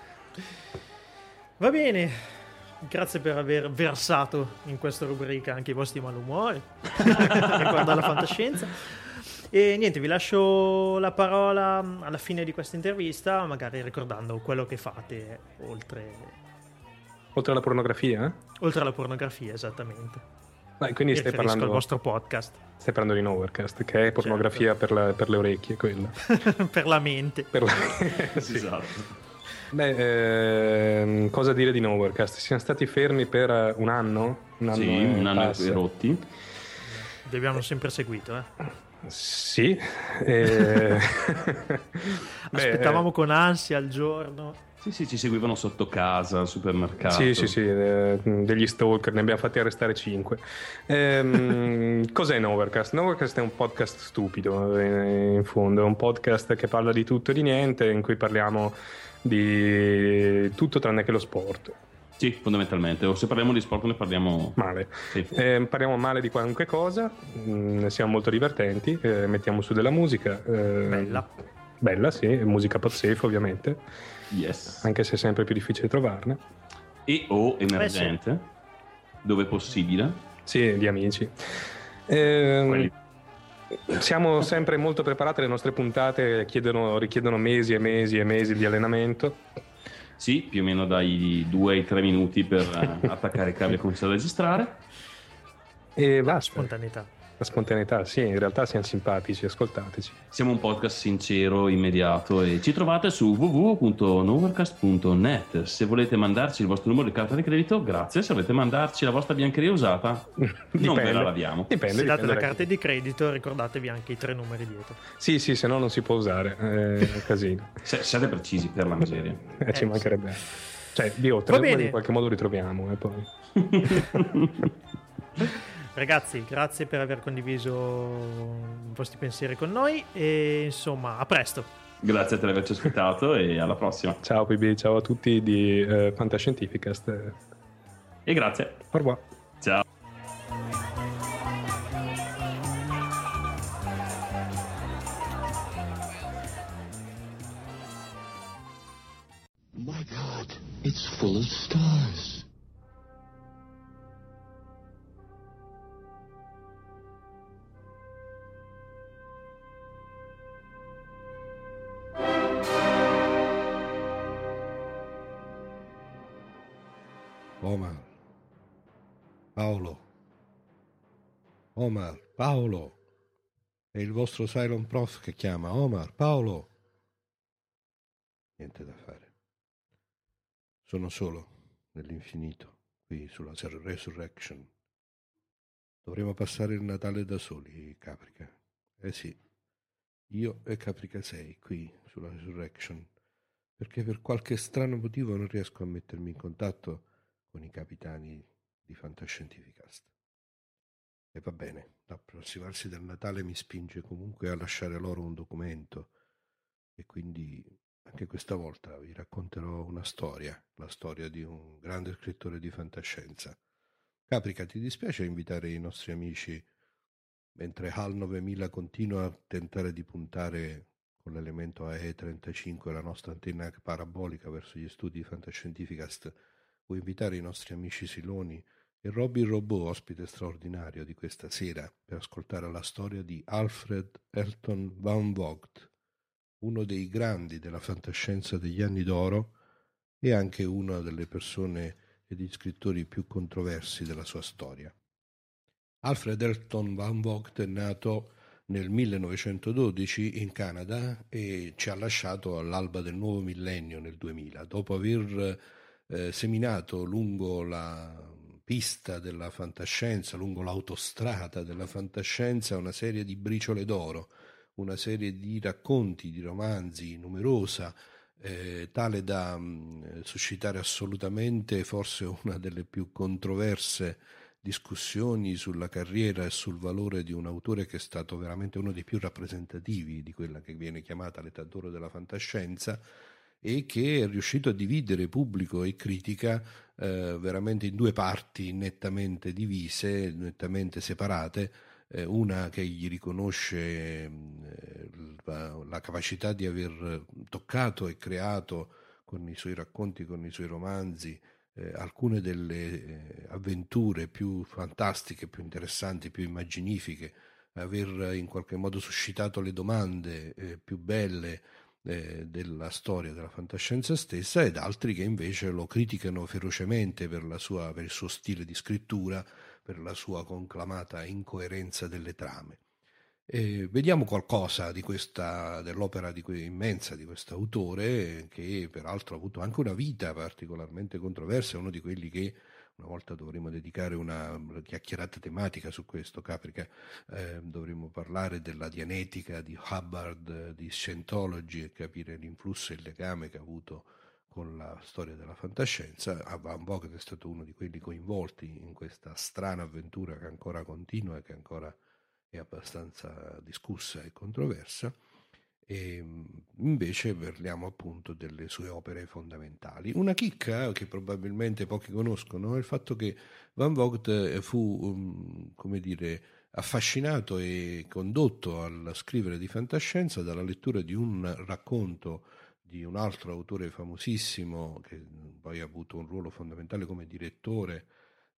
Va bene, grazie per aver versato in questa rubrica anche i vostri malumori riguardo alla fantascienza. E niente, vi lascio la parola alla fine di questa intervista, magari ricordando quello che fate oltre alla pornografia? Oltre alla pornografia, esattamente. Quindi stai parlando al vostro podcast. Stai parlando di Nowherecast, che è pornografia per le orecchie, quella. Per la mente. Sì. Esatto. Cosa dire di Nowherecast? Siamo stati fermi per un anno? Un anno e rotti. Vi abbiamo sempre seguito, Sì. Aspettavamo con ansia il giorno. Sì, ci seguivano sotto casa, al supermercato. Sì, degli stalker, ne abbiamo fatti arrestare 5. Cos'è Nowherecast? Nowherecast è un podcast stupido, in fondo, è un podcast che parla di tutto e di niente, in cui parliamo di tutto tranne che lo sport. Sì, fondamentalmente, o se parliamo di sport ne parliamo male. Sì. Parliamo male di qualunque cosa, siamo molto divertenti, mettiamo su della musica. Bella, sì, musica pazzesca ovviamente. Yes. Anche se è sempre più difficile trovarne. E o emergente, dove possibile. Sì, di amici. Siamo sempre molto preparati, le nostre puntate richiedono mesi e mesi e mesi di allenamento. Sì, più o meno dai 2 ai 3 minuti per attaccare i cavi e cominciare a registrare. E basta. Spontaneità. La spontaneità, sì, in realtà siamo simpatici, ascoltateci. Siamo un podcast sincero, immediato, e ci trovate su www.novercast.net. Se volete mandarci il vostro numero di carta di credito, grazie. Se volete mandarci la vostra biancheria usata, non ve la laviamo. Se date la carta di credito, ricordatevi anche i 3 numeri dietro. Sì, se no non si può usare, è un casino. Siate precisi, per la miseria. Ci mancherebbe. Cioè, Dio, 3 numeri in qualche modo ritroviamo, e poi... Ragazzi, grazie per aver condiviso i vostri pensieri con noi e insomma, a presto. Grazie per averci ospitato e alla prossima. Ciao PB, ciao a tutti di Fantascientificast. E grazie. Au revoir. Ciao. My God, it's full of stars. Omar, Paolo, Omar, Paolo, è il vostro Cylon Prof che chiama. Omar, Paolo. Niente da fare. Sono solo nell'infinito, qui sulla Resurrection. Dovremo passare il Natale da soli, Caprica. Eh sì, io e Caprica 6 qui sulla Resurrection, perché per qualche strano motivo non riesco a mettermi in contatto con i capitani di Fantascientificast. E va bene, l'approssimarsi del Natale mi spinge comunque a lasciare loro un documento e quindi anche questa volta vi racconterò una storia, la storia di un grande scrittore di fantascienza. Caprica, ti dispiace invitare i nostri amici mentre HAL 9000 continua a tentare di puntare con l'elemento AE35 la nostra antenna parabolica verso gli studi di Fantascientificast? Vuoi invitare i nostri amici Siloni e Robby il Robot, ospite straordinario di questa sera, per ascoltare la storia di Alfred Elton Van Vogt, uno dei grandi della fantascienza degli anni d'oro e anche una delle persone e degli scrittori più controversi della sua storia. Alfred Elton Van Vogt è nato nel 1912 in Canada e ci ha lasciato all'alba del nuovo millennio nel 2000, dopo aver seminato lungo la pista della fantascienza, lungo l'autostrada della fantascienza, una serie di briciole d'oro, una serie di racconti, di romanzi numerosa, tale da suscitare assolutamente forse una delle più controverse discussioni sulla carriera e sul valore di un autore che è stato veramente uno dei più rappresentativi di quella che viene chiamata l'età d'oro della fantascienza, e che è riuscito a dividere pubblico e critica veramente in 2 parti nettamente divise, nettamente separate, una che gli riconosce la capacità di aver toccato e creato con i suoi racconti, con i suoi romanzi, alcune delle avventure più fantastiche, più interessanti, più immaginifiche, aver in qualche modo suscitato le domande più belle della storia della fantascienza stessa, ed altri che invece lo criticano ferocemente per il suo stile di scrittura, per la sua conclamata incoerenza delle trame. Vediamo qualcosa di dell'opera immensa di questo autore, che peraltro ha avuto anche una vita particolarmente controversa, uno di quelli che una volta dovremo dedicare una chiacchierata tematica su questo, Caprica. Dovremo parlare della dianetica di Hubbard, di Scientology, e capire l'influsso e il legame che ha avuto con la storia della fantascienza. Van Vogt è stato uno di quelli coinvolti in questa strana avventura che ancora continua e che ancora è abbastanza discussa e controversa. E invece parliamo appunto delle sue opere fondamentali. Una chicca che probabilmente pochi conoscono è il fatto che Van Vogt fu, affascinato e condotto al scrivere di fantascienza dalla lettura di un racconto di un altro autore famosissimo, che poi ha avuto un ruolo fondamentale come direttore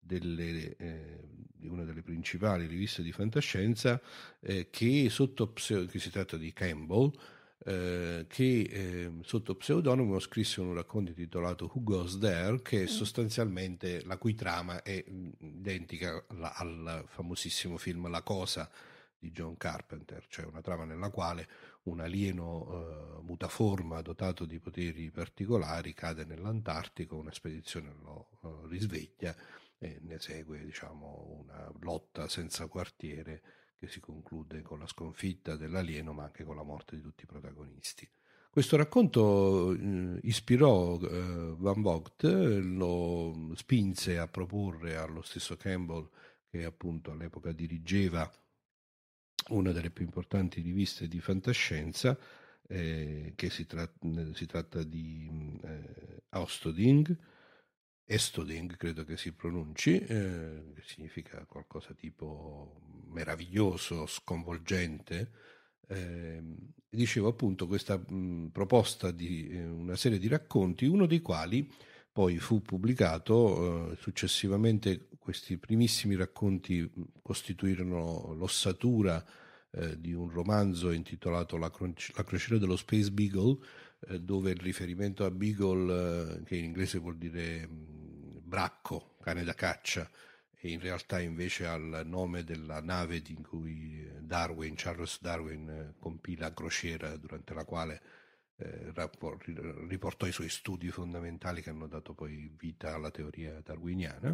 di una delle principali riviste di fantascienza, che si tratta di Campbell, che sotto pseudonimo scrisse un racconto intitolato Who Goes There, che sostanzialmente la cui trama è identica al famosissimo film La Cosa di John Carpenter, cioè una trama nella quale un alieno mutaforma dotato di poteri particolari cade nell'Antartico, una spedizione lo risveglia e ne segue, diciamo, una lotta senza quartiere che si conclude con la sconfitta dell'alieno ma anche con la morte di tutti i protagonisti. Questo racconto ispirò Van Vogt, lo spinse a proporre allo stesso Campbell, che appunto all'epoca dirigeva una delle più importanti riviste di fantascienza, che si tratta di Estoding, credo che si pronunci, che significa qualcosa tipo meraviglioso, sconvolgente. Dicevo appunto questa proposta di una serie di racconti, uno dei quali poi fu pubblicato successivamente. Questi primissimi racconti costituirono l'ossatura di un romanzo intitolato La crociera dello Space Beagle, dove il riferimento a Beagle, che in inglese vuol dire bracco, cane da caccia, e in realtà invece al nome della nave in cui Charles Darwin compì la crociera, durante la quale riportò i suoi studi fondamentali che hanno dato poi vita alla teoria darwiniana.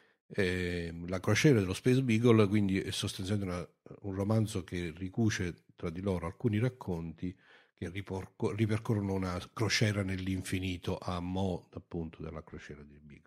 La crociera dello Space Beagle quindi è sostanzialmente un romanzo che ricuce tra di loro alcuni racconti che ripercorrono una crociera nell'infinito a mo' appunto della crociera del Beagle.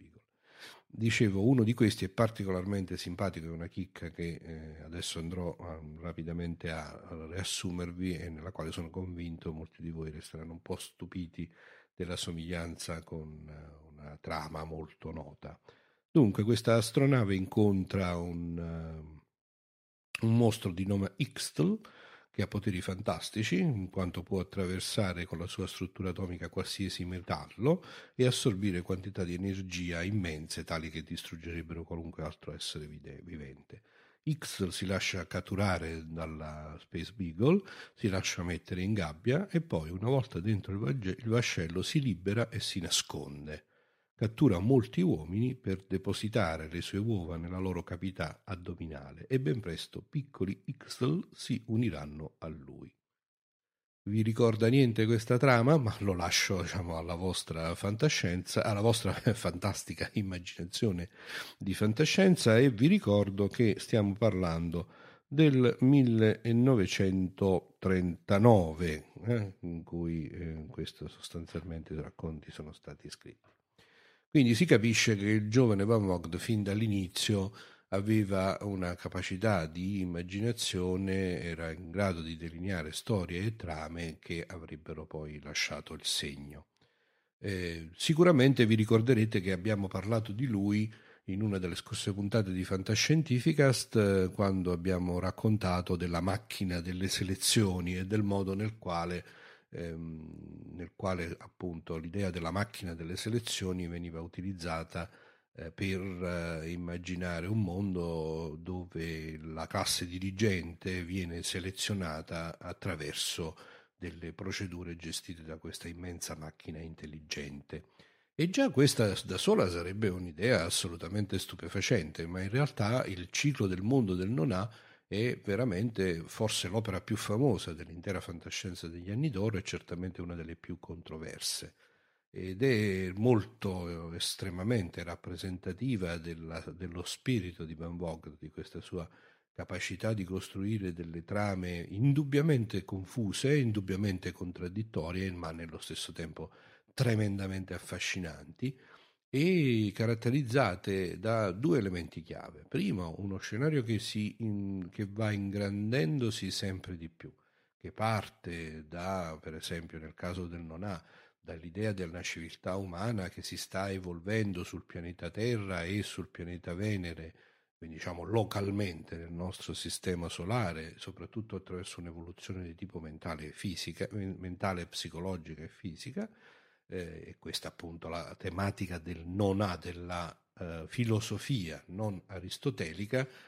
Dicevo, uno di questi è particolarmente simpatico, è una chicca che adesso andrò rapidamente a riassumervi e nella quale sono convinto molti di voi resteranno un po' stupiti della somiglianza con una trama molto nota. Dunque, questa astronave incontra un mostro di nome Ixtl, che ha poteri fantastici, in quanto può attraversare con la sua struttura atomica qualsiasi metallo e assorbire quantità di energia immense, tali che distruggerebbero qualunque altro essere vivente. Ixtl si lascia catturare dalla Space Beagle, si lascia mettere in gabbia e poi, una volta dentro il vascello, si libera e si nasconde. Cattura molti uomini per depositare le sue uova nella loro cavità addominale e ben presto piccoli Ixtl si uniranno a lui. Vi ricorda niente questa trama, ma lo lascio, diciamo, alla vostra fantascienza, alla vostra fantastica immaginazione di fantascienza, e vi ricordo che stiamo parlando del 1939, in cui questo sostanzialmente i racconti sono stati scritti. Quindi si capisce che il giovane Van Vogt fin dall'inizio aveva una capacità di immaginazione, era in grado di delineare storie e trame che avrebbero poi lasciato il segno. Sicuramente vi ricorderete che abbiamo parlato di lui in una delle scorse puntate di Fantascientificast, quando abbiamo raccontato della macchina delle selezioni e del modo nel quale appunto l'idea della macchina delle selezioni veniva utilizzata per immaginare un mondo dove la classe dirigente viene selezionata attraverso delle procedure gestite da questa immensa macchina intelligente. E già questa da sola sarebbe un'idea assolutamente stupefacente, ma in realtà il ciclo del mondo del non ha è veramente forse l'opera più famosa dell'intera fantascienza degli anni d'oro e certamente una delle più controverse, ed è molto estremamente rappresentativa dello spirito di Van Vogt, di questa sua capacità di costruire delle trame indubbiamente confuse, indubbiamente contraddittorie, ma nello stesso tempo tremendamente affascinanti, e caratterizzate da due elementi chiave. Primo, uno scenario che va ingrandendosi sempre di più, che parte da, per esempio nel caso del non ha, dall'idea della civiltà umana che si sta evolvendo sul pianeta Terra e sul pianeta Venere, quindi diciamo localmente nel nostro sistema solare, soprattutto attraverso un'evoluzione di tipo mentale, psicologica e fisica. E questa appunto la tematica del non ha, della filosofia non aristotelica,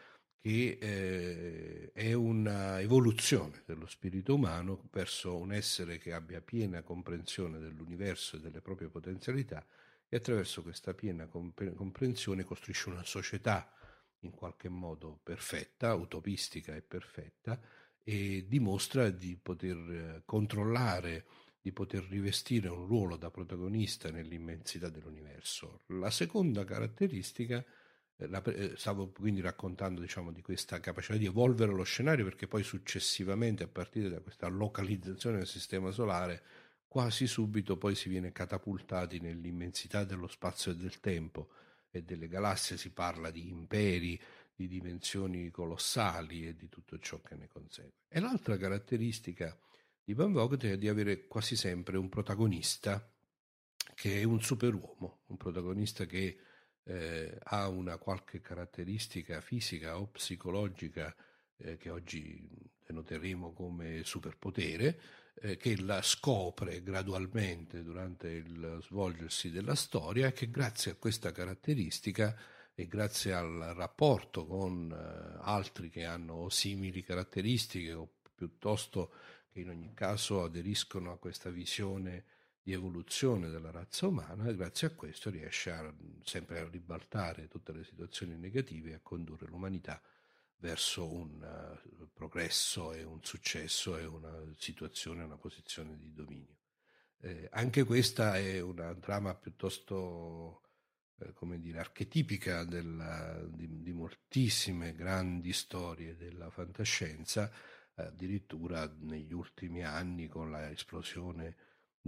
che è una evoluzione dello spirito umano verso un essere che abbia piena comprensione dell'universo e delle proprie potenzialità, e attraverso questa piena comprensione costruisce una società in qualche modo perfetta, utopistica e perfetta, e dimostra di poter controllare, di poter rivestire un ruolo da protagonista nell'immensità dell'universo. La seconda caratteristica, stavo quindi raccontando, diciamo, di questa capacità di evolvere lo scenario, perché poi successivamente, a partire da questa localizzazione del sistema solare, quasi subito poi si viene catapultati nell'immensità dello spazio e del tempo e delle galassie. Si parla di imperi, di dimensioni colossali e di tutto ciò che ne consegue. E l'altra caratteristica di Van Vogt è di avere quasi sempre un protagonista che è un superuomo, un protagonista che ha una qualche caratteristica fisica o psicologica che oggi denoteremo come superpotere, che la scopre gradualmente durante il svolgersi della storia, e che grazie a questa caratteristica e grazie al rapporto con altri che hanno simili caratteristiche, o piuttosto che in ogni caso aderiscono a questa visione di evoluzione della razza umana, e grazie a questo riesce sempre a ribaltare tutte le situazioni negative e a condurre l'umanità verso un progresso e un successo e una situazione, una posizione di dominio. Anche questa è una trama piuttosto come dire, archetipica di moltissime grandi storie della fantascienza, addirittura negli ultimi anni, con la esplosione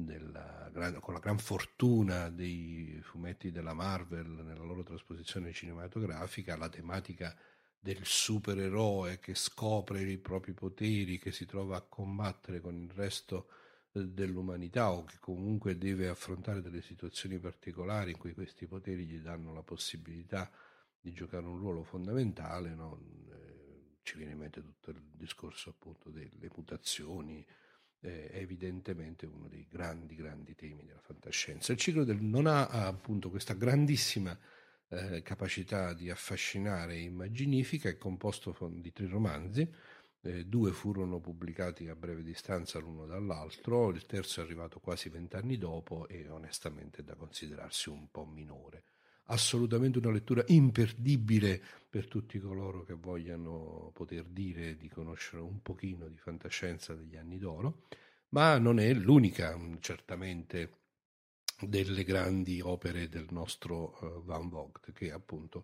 con la gran fortuna dei fumetti della Marvel nella loro trasposizione cinematografica, la tematica del supereroe che scopre i propri poteri, che si trova a combattere con il resto dell'umanità, o che comunque deve affrontare delle situazioni particolari in cui questi poteri gli danno la possibilità di giocare un ruolo fondamentale, no? Ci viene in mente tutto il discorso appunto delle mutazioni. È evidentemente uno dei grandi temi della fantascienza. Il ciclo non ha appunto questa grandissima capacità di affascinare e immaginifica. È composto di 3 romanzi, 2 furono pubblicati a breve distanza l'uno dall'altro, il terzo è arrivato quasi 20 anni dopo e onestamente è da considerarsi un po' minore. Assolutamente una lettura imperdibile per tutti coloro che vogliano poter dire di conoscere un pochino di fantascienza degli anni d'oro, ma non è l'unica, certamente, delle grandi opere del nostro Van Vogt, che appunto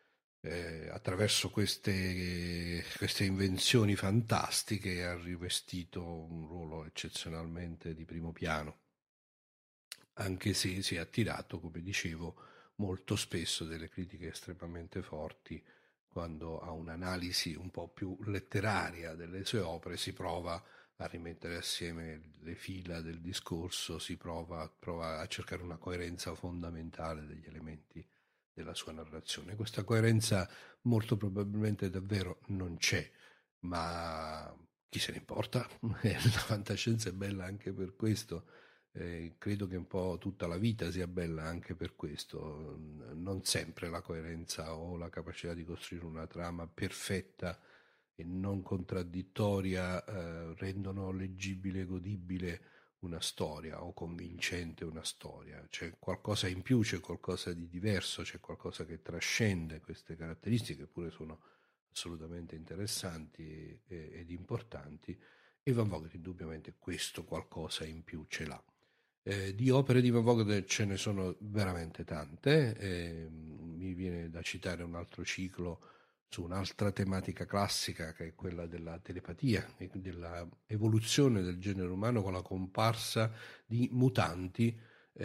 attraverso queste invenzioni fantastiche ha rivestito un ruolo eccezionalmente di primo piano, anche se si è attirato, come dicevo, molto spesso delle critiche estremamente forti quando a un'analisi un po' più letteraria delle sue opere si prova a rimettere assieme le fila del discorso, si prova a cercare una coerenza fondamentale degli elementi della sua narrazione. Questa coerenza molto probabilmente davvero non c'è, ma chi se ne importa? La fantascienza è bella anche per questo. Credo che un po' tutta la vita sia bella anche per questo. Non sempre la coerenza o la capacità di costruire una trama perfetta e non contraddittoria rendono leggibile e godibile una storia, o convincente una storia. C'è qualcosa in più, c'è qualcosa di diverso, c'è qualcosa che trascende queste caratteristiche, eppure sono assolutamente interessanti ed importanti, e Van Vogt indubbiamente questo qualcosa in più ce l'ha. Di opere di Van Vogt ce ne sono veramente tante, mi viene da citare un altro ciclo su un'altra tematica classica, che è quella della telepatia e della evoluzione del genere umano con la comparsa di mutanti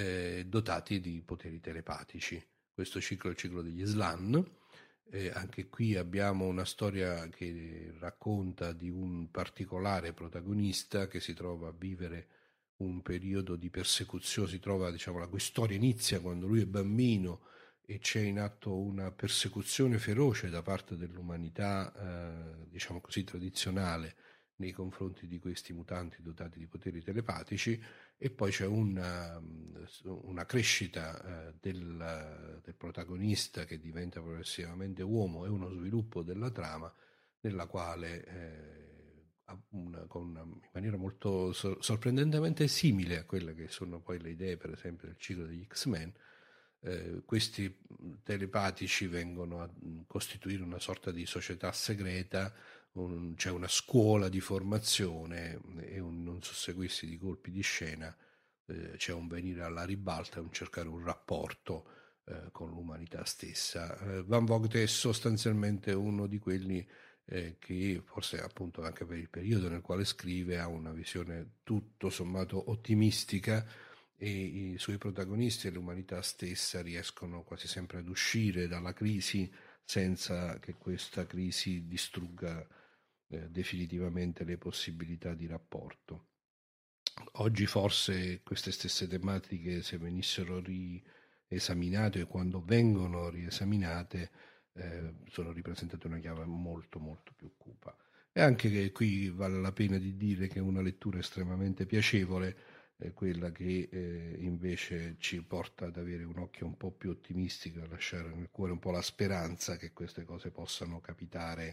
dotati di poteri telepatici. Questo ciclo è il ciclo degli Slan. Anche qui abbiamo una storia che racconta di un particolare protagonista che si trova a vivere un periodo di persecuzione, si trova, diciamo, la cui storia inizia quando lui è bambino e c'è in atto una persecuzione feroce da parte dell'umanità, diciamo così, tradizionale, nei confronti di questi mutanti dotati di poteri telepatici, e poi c'è una crescita del protagonista che diventa progressivamente uomo, e uno sviluppo della trama nella quale in maniera molto sorprendentemente simile a quelle che sono poi le idee, per esempio, del ciclo degli X-Men, questi telepatici vengono a costituire una sorta di società segreta, c'è una scuola di formazione e un susseguirsi di colpi di scena, c'è un venire alla ribalta, un cercare un rapporto con l'umanità stessa. Van Vogt è sostanzialmente uno di quelli che, forse appunto anche per il periodo nel quale scrive, ha una visione tutto sommato ottimistica, e i suoi protagonisti e l'umanità stessa riescono quasi sempre ad uscire dalla crisi senza che questa crisi distrugga definitivamente le possibilità di rapporto. Oggi forse queste stesse tematiche, se venissero riesaminate, e quando vengono riesaminate, sono ripresentate in una chiave molto molto più cupa. E anche che qui vale la pena di dire che una lettura estremamente piacevole è quella che invece ci porta ad avere un occhio un po' più ottimistico, a lasciare nel cuore un po' la speranza che queste cose possano capitare,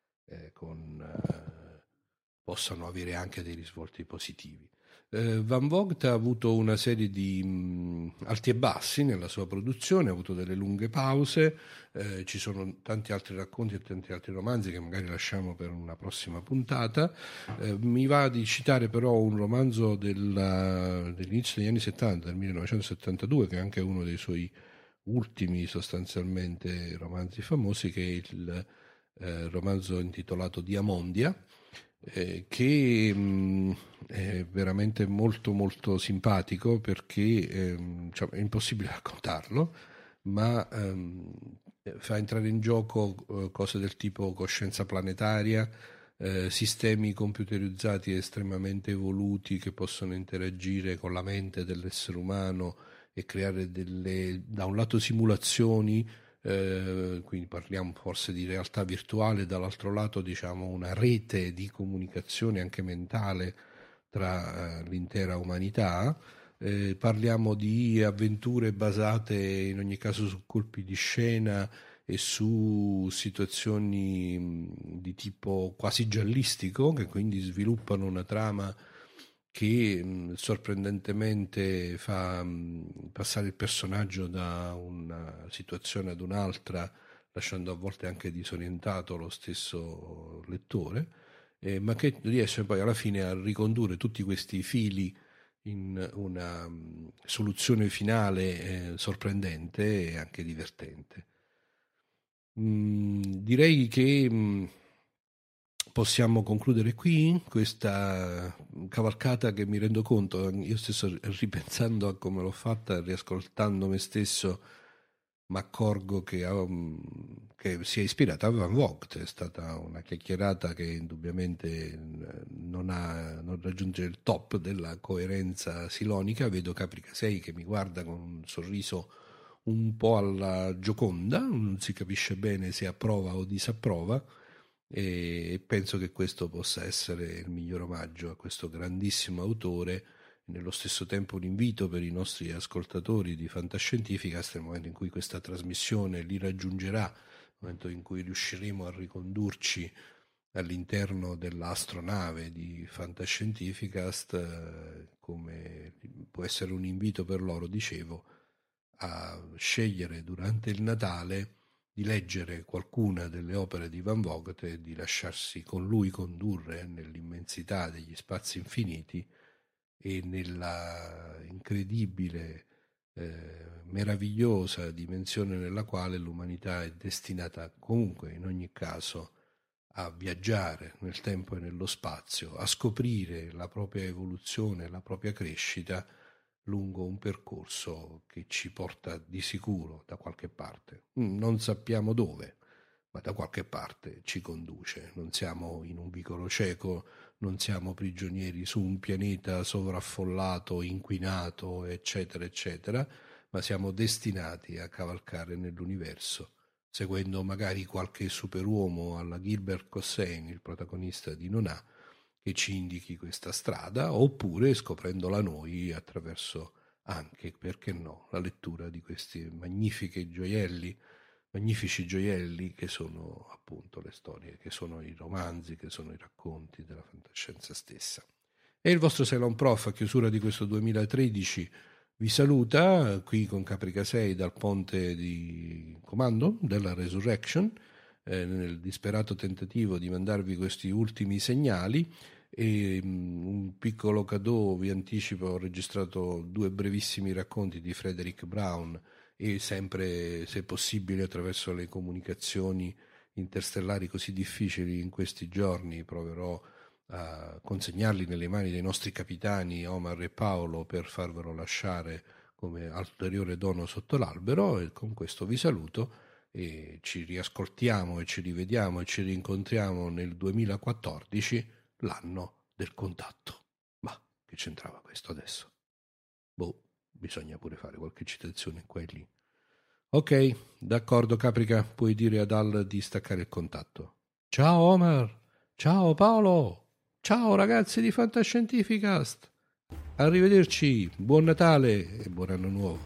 possano avere anche dei risvolti positivi. Van Vogt ha avuto una serie di alti e bassi nella sua produzione, ha avuto delle lunghe pause, ci sono tanti altri racconti e tanti altri romanzi che magari lasciamo per una prossima puntata. Mi va di citare però un romanzo dell'inizio degli anni 70, del 1972, che è anche uno dei suoi ultimi sostanzialmente romanzi famosi, che è il romanzo intitolato Diamondia, che è veramente molto molto simpatico, perché è impossibile raccontarlo, ma fa entrare in gioco cose del tipo coscienza planetaria, sistemi computerizzati estremamente evoluti che possono interagire con la mente dell'essere umano e creare da un lato simulazioni, quindi parliamo forse di realtà virtuale, dall'altro lato diciamo una rete di comunicazione anche mentale tra l'intera umanità. Parliamo di avventure basate in ogni caso su colpi di scena e su situazioni di tipo quasi giallistico, che quindi sviluppano una trama che sorprendentemente fa passare il personaggio da una situazione ad un'altra, lasciando a volte anche disorientato lo stesso lettore, ma che riesce poi alla fine a ricondurre tutti questi fili in una soluzione finale sorprendente e anche divertente. Direi che possiamo concludere qui questa cavalcata, che mi rendo conto, io stesso ripensando a come l'ho fatta, riascoltando me stesso, mi accorgo che si è ispirata a Van Vogt. È stata una chiacchierata che indubbiamente non raggiunge il top della coerenza silonica. Vedo Caprica 6 che mi guarda con un sorriso un po' alla Gioconda, non si capisce bene se approva o disapprova, e penso che questo possa essere il miglior omaggio a questo grandissimo autore, e nello stesso tempo un invito per i nostri ascoltatori di Fantascientificast, nel momento in cui questa trasmissione li raggiungerà, nel momento in cui riusciremo a ricondurci all'interno dell'astronave di Fantascientificast, come può essere un invito per loro, dicevo, a scegliere durante il Natale di leggere qualcuna delle opere di Van Vogt e di lasciarsi con lui condurre nell'immensità degli spazi infiniti e nella incredibile, meravigliosa dimensione nella quale l'umanità è destinata comunque in ogni caso a viaggiare nel tempo e nello spazio, a scoprire la propria evoluzione, la propria crescita lungo un percorso che ci porta di sicuro da qualche parte. Non sappiamo dove, ma da qualche parte ci conduce. Non siamo in un vicolo cieco, non siamo prigionieri su un pianeta sovraffollato, inquinato, eccetera, eccetera, ma siamo destinati a cavalcare nell'universo, seguendo magari qualche superuomo alla Gilbert Cossain, il protagonista di Nona, che ci indichi questa strada, oppure scoprendola noi attraverso anche, perché no, la lettura di questi magnifici gioielli che sono appunto le storie, che sono i romanzi, che sono i racconti della fantascienza stessa. E il vostro Cylon Prof a chiusura di questo 2013 vi saluta qui con Caprica 6 dal ponte di comando della Resurrection, nel disperato tentativo di mandarvi questi ultimi segnali. E un piccolo cadeau, vi anticipo, ho registrato 2 brevissimi racconti di Frederick Brown, e sempre, se possibile, attraverso le comunicazioni interstellari così difficili in questi giorni, proverò a consegnarli nelle mani dei nostri capitani Omar e Paolo per farvelo lasciare come ulteriore dono sotto l'albero. E con questo vi saluto e ci riascoltiamo e ci rivediamo e ci rincontriamo nel 2014, l'anno del contatto. Ma che c'entrava questo adesso? Bisogna pure fare qualche citazione qua e lì. Ok, d'accordo Caprica, puoi dire ad Al di staccare il contatto. Ciao Omar, ciao Paolo, ciao ragazzi di Fantascientificast. Arrivederci, buon Natale e buon anno nuovo.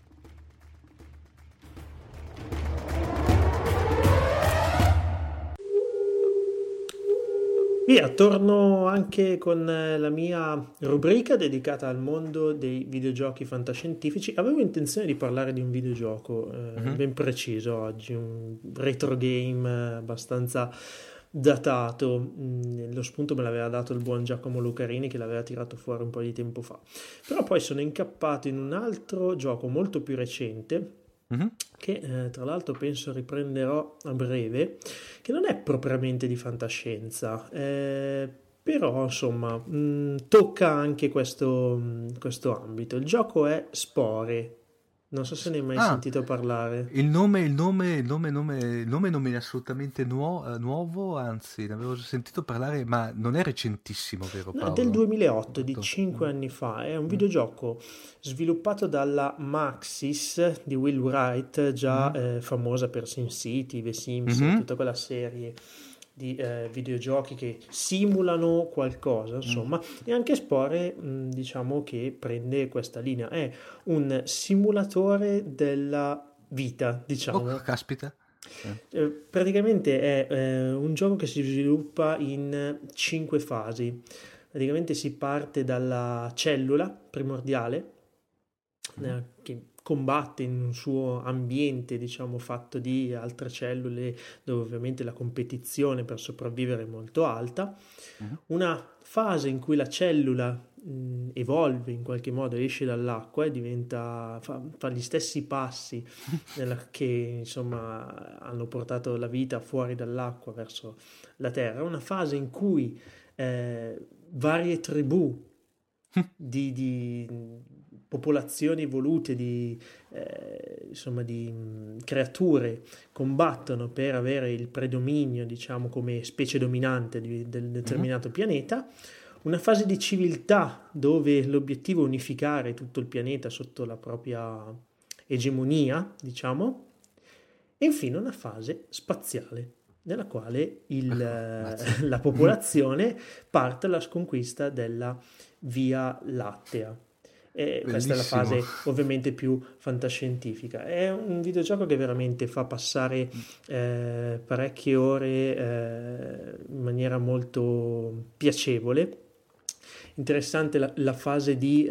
Via, torno anche con la mia rubrica dedicata al mondo dei videogiochi fantascientifici. Avevo intenzione di parlare di un videogioco ben preciso oggi, un retro game abbastanza datato. Lo spunto me l'aveva dato il buon Giacomo Lucarini, che l'aveva tirato fuori un po' di tempo fa. Però poi sono incappato in un altro gioco molto più recente, che tra l'altro penso riprenderò a breve, che non è propriamente di fantascienza, però insomma tocca anche questo ambito. Il gioco è Spore. Non so se ne hai mai sentito parlare. Il nome non mi è assolutamente nuovo, anzi ne avevo sentito parlare, ma non è recentissimo, vero Paolo? No, è del 2008, di 5 anni fa. È un videogioco sviluppato dalla Maxis di Will Wright, già famosa per SimCity, The Sims, tutta quella serie di videogiochi che simulano qualcosa, insomma. E anche Spore diciamo che prende questa linea, è un simulatore della vita, diciamo. Caspita. Praticamente è un gioco che si sviluppa in 5 fasi. Praticamente si parte dalla cellula primordiale che combatte in un suo ambiente, diciamo, fatto di altre cellule, dove ovviamente la competizione per sopravvivere è molto alta. Una fase in cui la cellula evolve in qualche modo, esce dall'acqua e fa gli stessi passi che insomma hanno portato la vita fuori dall'acqua verso la terra. Una fase in cui varie tribù di popolazioni evolute, di creature combattono per avere il predominio, diciamo, come specie dominante del determinato pianeta. Una fase di civiltà dove l'obiettivo è unificare tutto il pianeta sotto la propria egemonia, diciamo, e infine una fase spaziale nella quale la popolazione parte alla sconquista della Via Lattea. E questa è la fase ovviamente più fantascientifica. È un videogioco che veramente fa passare parecchie ore in maniera molto piacevole. Interessante la fase di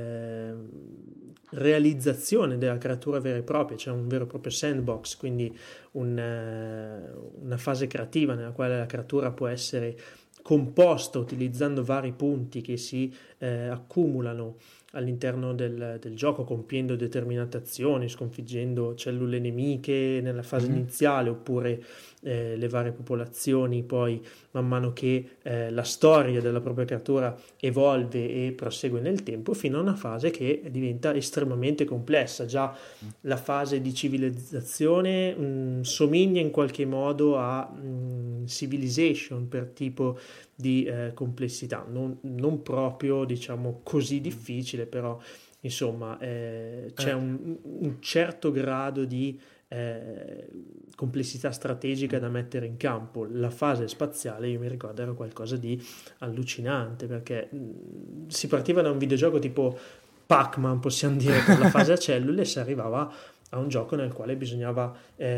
realizzazione della creatura vera e propria, c'è un vero e proprio sandbox, quindi una fase creativa nella quale la creatura può essere composta utilizzando vari punti che si accumulano all'interno del gioco, compiendo determinate azioni, sconfiggendo cellule nemiche nella fase iniziale, oppure le varie popolazioni poi man mano che la storia della propria creatura evolve e prosegue nel tempo, fino a una fase che diventa estremamente complessa. Già la fase di civilizzazione somiglia in qualche modo a Civilization per tipo di complessità, non proprio, diciamo, così difficile, però insomma c'è un certo grado di complessità strategica da mettere in campo. La fase spaziale, io mi ricordo, era qualcosa di allucinante, perché si partiva da un videogioco tipo Pac-Man, possiamo dire, per la fase a cellule, e si arrivava a un gioco nel quale bisognava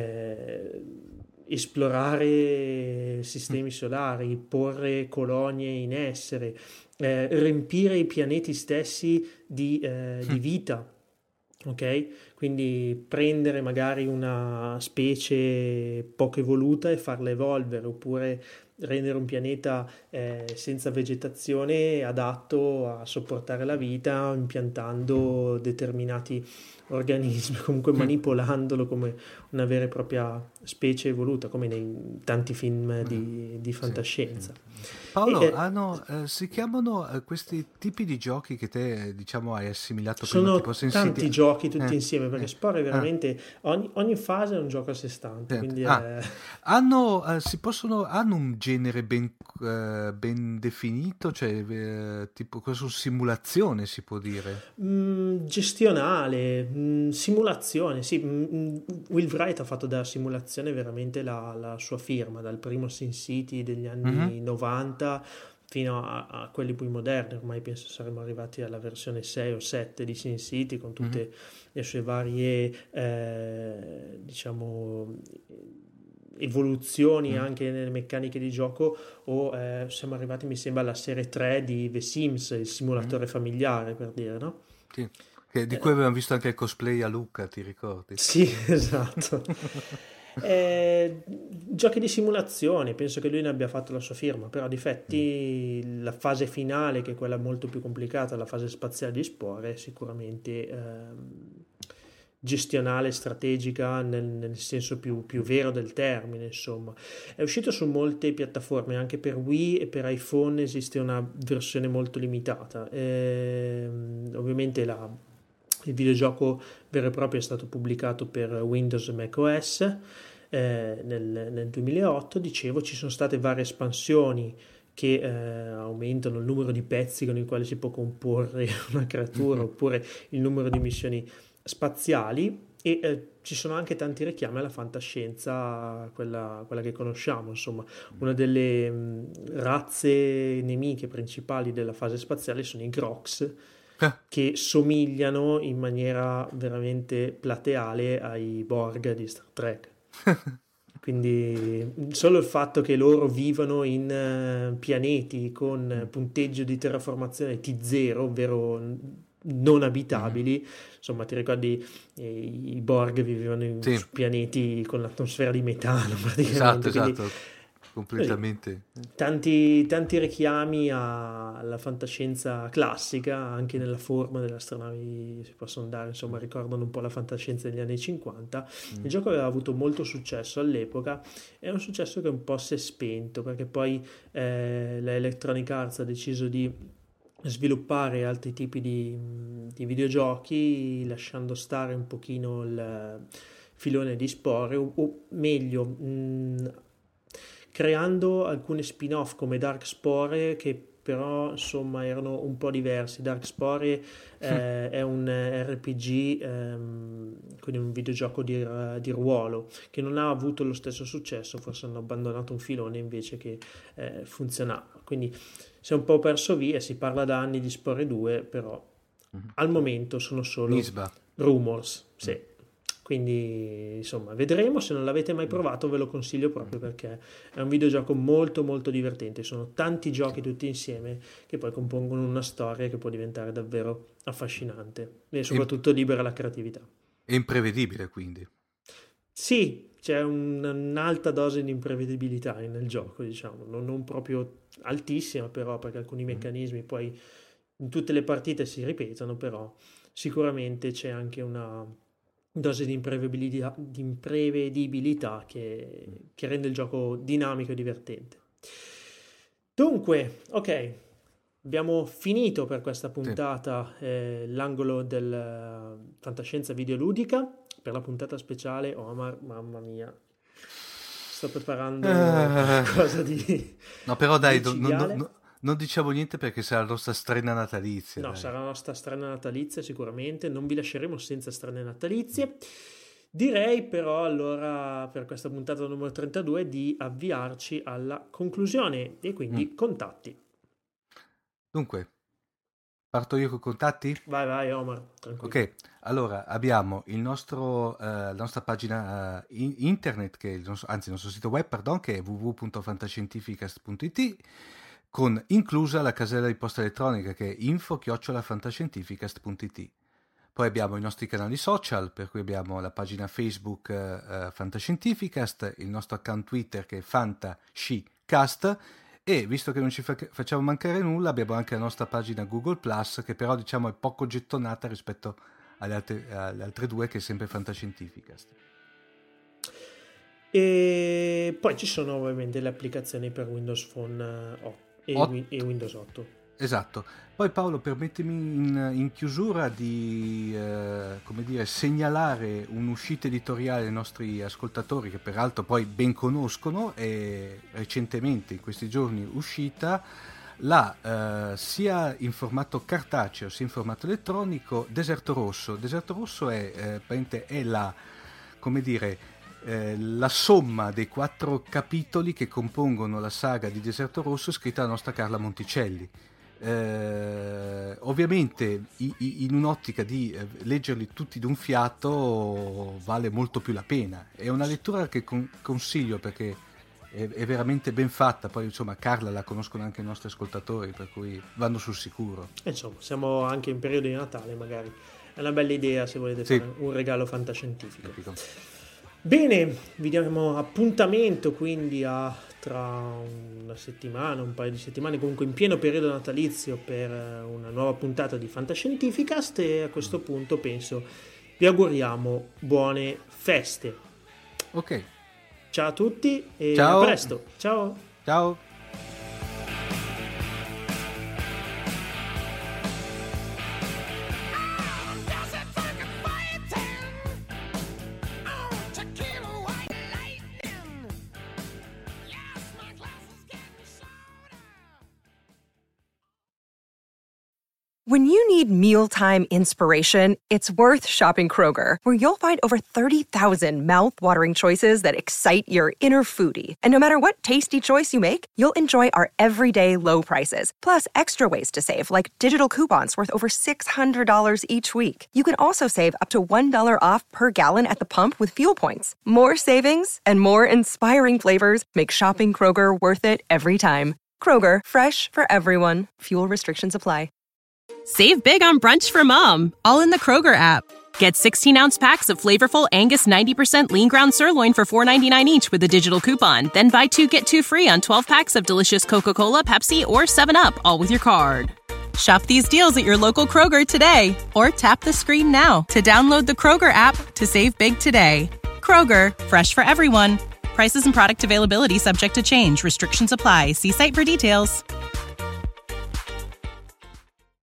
esplorare sistemi solari, porre colonie in essere, riempire i pianeti stessi di vita. Ok? Quindi prendere magari una specie poco evoluta e farla evolvere, oppure rendere un pianeta senza vegetazione adatto a sopportare la vita, impiantando determinati organismi, comunque manipolandolo come una vera e propria specie evoluta, come nei tanti film di fantascienza. Paolo, si chiamano questi tipi di giochi che te, diciamo, hai assimilato prima? Sono tipo tanti giochi tutti insieme, perché Spore è veramente ogni fase è un gioco a sé stante. Quindi hanno un genere ben definito, cioè tipo cosa, simulazione si può dire? Gestionale, simulazione, sì. Will Wright ha fatto della simulazione veramente la sua firma, dal primo Sin City degli anni 90 fino a quelli più moderni. Ormai penso saremmo arrivati alla versione 6 o 7 di Sin City, con tutte le sue varie diciamo evoluzioni anche nelle meccaniche di gioco, o siamo arrivati, mi sembra, alla serie 3 di The Sims, il simulatore familiare, per dire, no? Sì. Di cui avevamo visto anche il cosplay a Lucca, ti ricordi? Sì, esatto. Giochi di simulazione, penso che lui ne abbia fatto la sua firma, però difetti la fase finale, che è quella molto più complicata, la fase spaziale di Spore, è sicuramente gestionale, strategica nel senso più vero del termine. Insomma, è uscito su molte piattaforme, anche per Wii e per iPhone esiste una versione molto limitata. Ovviamente il videogioco vero e proprio è stato pubblicato per Windows e macOS nel 2008. Dicevo, ci sono state varie espansioni che aumentano il numero di pezzi con i quali si può comporre una creatura, oppure il numero di missioni spaziali, e ci sono anche tanti richiami alla fantascienza, quella che conosciamo. Insomma, una delle razze nemiche principali della fase spaziale sono i Grox, che somigliano in maniera veramente plateale ai Borg di Star Trek. Quindi solo il fatto che loro vivano in pianeti con punteggio di terraformazione T0, ovvero non abitabili, insomma, ti ricordi i Borg vivevano su pianeti con l'atmosfera di metano praticamente. Esatto. Completamente. Tanti richiami alla fantascienza classica, anche nella forma delle astronavi si possono dare, insomma, ricordano un po' la fantascienza degli anni 50. Il gioco aveva avuto molto successo all'epoca, è un successo che un po' si è spento, perché poi la Electronic Arts ha deciso di sviluppare altri tipi di videogiochi, lasciando stare un pochino il filone di Spore, o meglio creando alcune spin-off come Dark Spore, che però insomma erano un po' diversi. Dark Spore è un RPG, quindi un videogioco di ruolo, che non ha avuto lo stesso successo, forse hanno abbandonato un filone invece che funzionava, quindi si è un po' perso via. Si parla da anni di Spore 2, però al momento sono solo rumors, sì. Quindi insomma vedremo. Se non l'avete mai provato ve lo consiglio proprio, perché è un videogioco molto molto divertente. Sono tanti giochi tutti insieme che poi compongono una storia che può diventare davvero affascinante, e soprattutto libera la creatività. È imprevedibile, quindi. Sì, c'è un'alta dose di imprevedibilità nel gioco, diciamo, non proprio altissima, però, perché alcuni meccanismi poi in tutte le partite si ripetono, però sicuramente c'è anche una dose di imprevedibilità che rende il gioco dinamico e divertente. Dunque, ok, abbiamo finito per questa puntata l'angolo del fantascienza videoludica. Per la puntata speciale Omar, mamma mia, sto preparando qualcosa di no, però dai, non diciamo niente, perché sarà la nostra strena natalizia. No, sarà la nostra strena natalizia sicuramente, non vi lasceremo senza strane natalizie. Direi però allora per questa puntata numero 32 di avviarci alla conclusione e quindi contatti. Dunque, parto io con i contatti? Vai Omar, tranquillo. Ok, allora abbiamo la nostra pagina internet, il nostro sito web, che è www.fantascientificast.it, con inclusa la casella di posta elettronica che è info@fantascientificast.it. Poi abbiamo i nostri canali social, per cui abbiamo la pagina Facebook Fantascientificast, il nostro account Twitter che è Fantascicast, e visto che non ci facciamo mancare nulla abbiamo anche la nostra pagina Google Plus, che però diciamo è poco gettonata rispetto alle altre due, che è sempre Fantascientificast. E poi ci sono ovviamente le applicazioni per Windows Phone e Windows 8. Esatto. Poi Paolo, permettimi in chiusura di segnalare un'uscita editoriale ai nostri ascoltatori, che peraltro poi ben conoscono, e recentemente in questi giorni uscita sia in formato cartaceo sia in formato elettronico Deserto Rosso. Deserto Rosso è la somma dei 4 capitoli che compongono la saga di Deserto Rosso scritta dalla nostra Carla Monticelli. Ovviamente in un'ottica di leggerli tutti d'un fiato vale molto più la pena. È una lettura che consiglio perché è veramente ben fatta. Poi insomma Carla la conoscono anche i nostri ascoltatori, per cui vanno sul sicuro. Insomma, siamo anche in periodo di Natale, magari è una bella idea se volete fare un regalo fantascientifico. Capito. Bene, vi diamo appuntamento quindi tra una settimana, un paio di settimane, comunque in pieno periodo natalizio, per una nuova puntata di Fantascientificast, e a questo punto penso vi auguriamo buone feste. Ok. Ciao a tutti e ciao. A presto. Ciao. Ciao. When you need mealtime inspiration, it's worth shopping Kroger, where you'll find over 30,000 mouth-watering choices that excite your inner foodie. And no matter what tasty choice you make, you'll enjoy our everyday low prices, plus extra ways to save, like digital coupons worth over $600 each week. You can also save up to $1 off per gallon at the pump with fuel points. More savings and more inspiring flavors make shopping Kroger worth it every time. Kroger, fresh for everyone. Fuel restrictions apply. Save big on brunch for mom, all in the Kroger app. Get 16-ounce packs of flavorful Angus 90% lean ground sirloin for $4.99 each with a digital coupon. Then buy 2, get 2 free on 12 packs of delicious Coca-Cola, Pepsi, or 7-Up, all with your card. Shop these deals at your local Kroger today, or tap the screen now to download the Kroger app to save big today. Kroger, fresh for everyone. Prices and product availability subject to change. Restrictions apply. See site for details.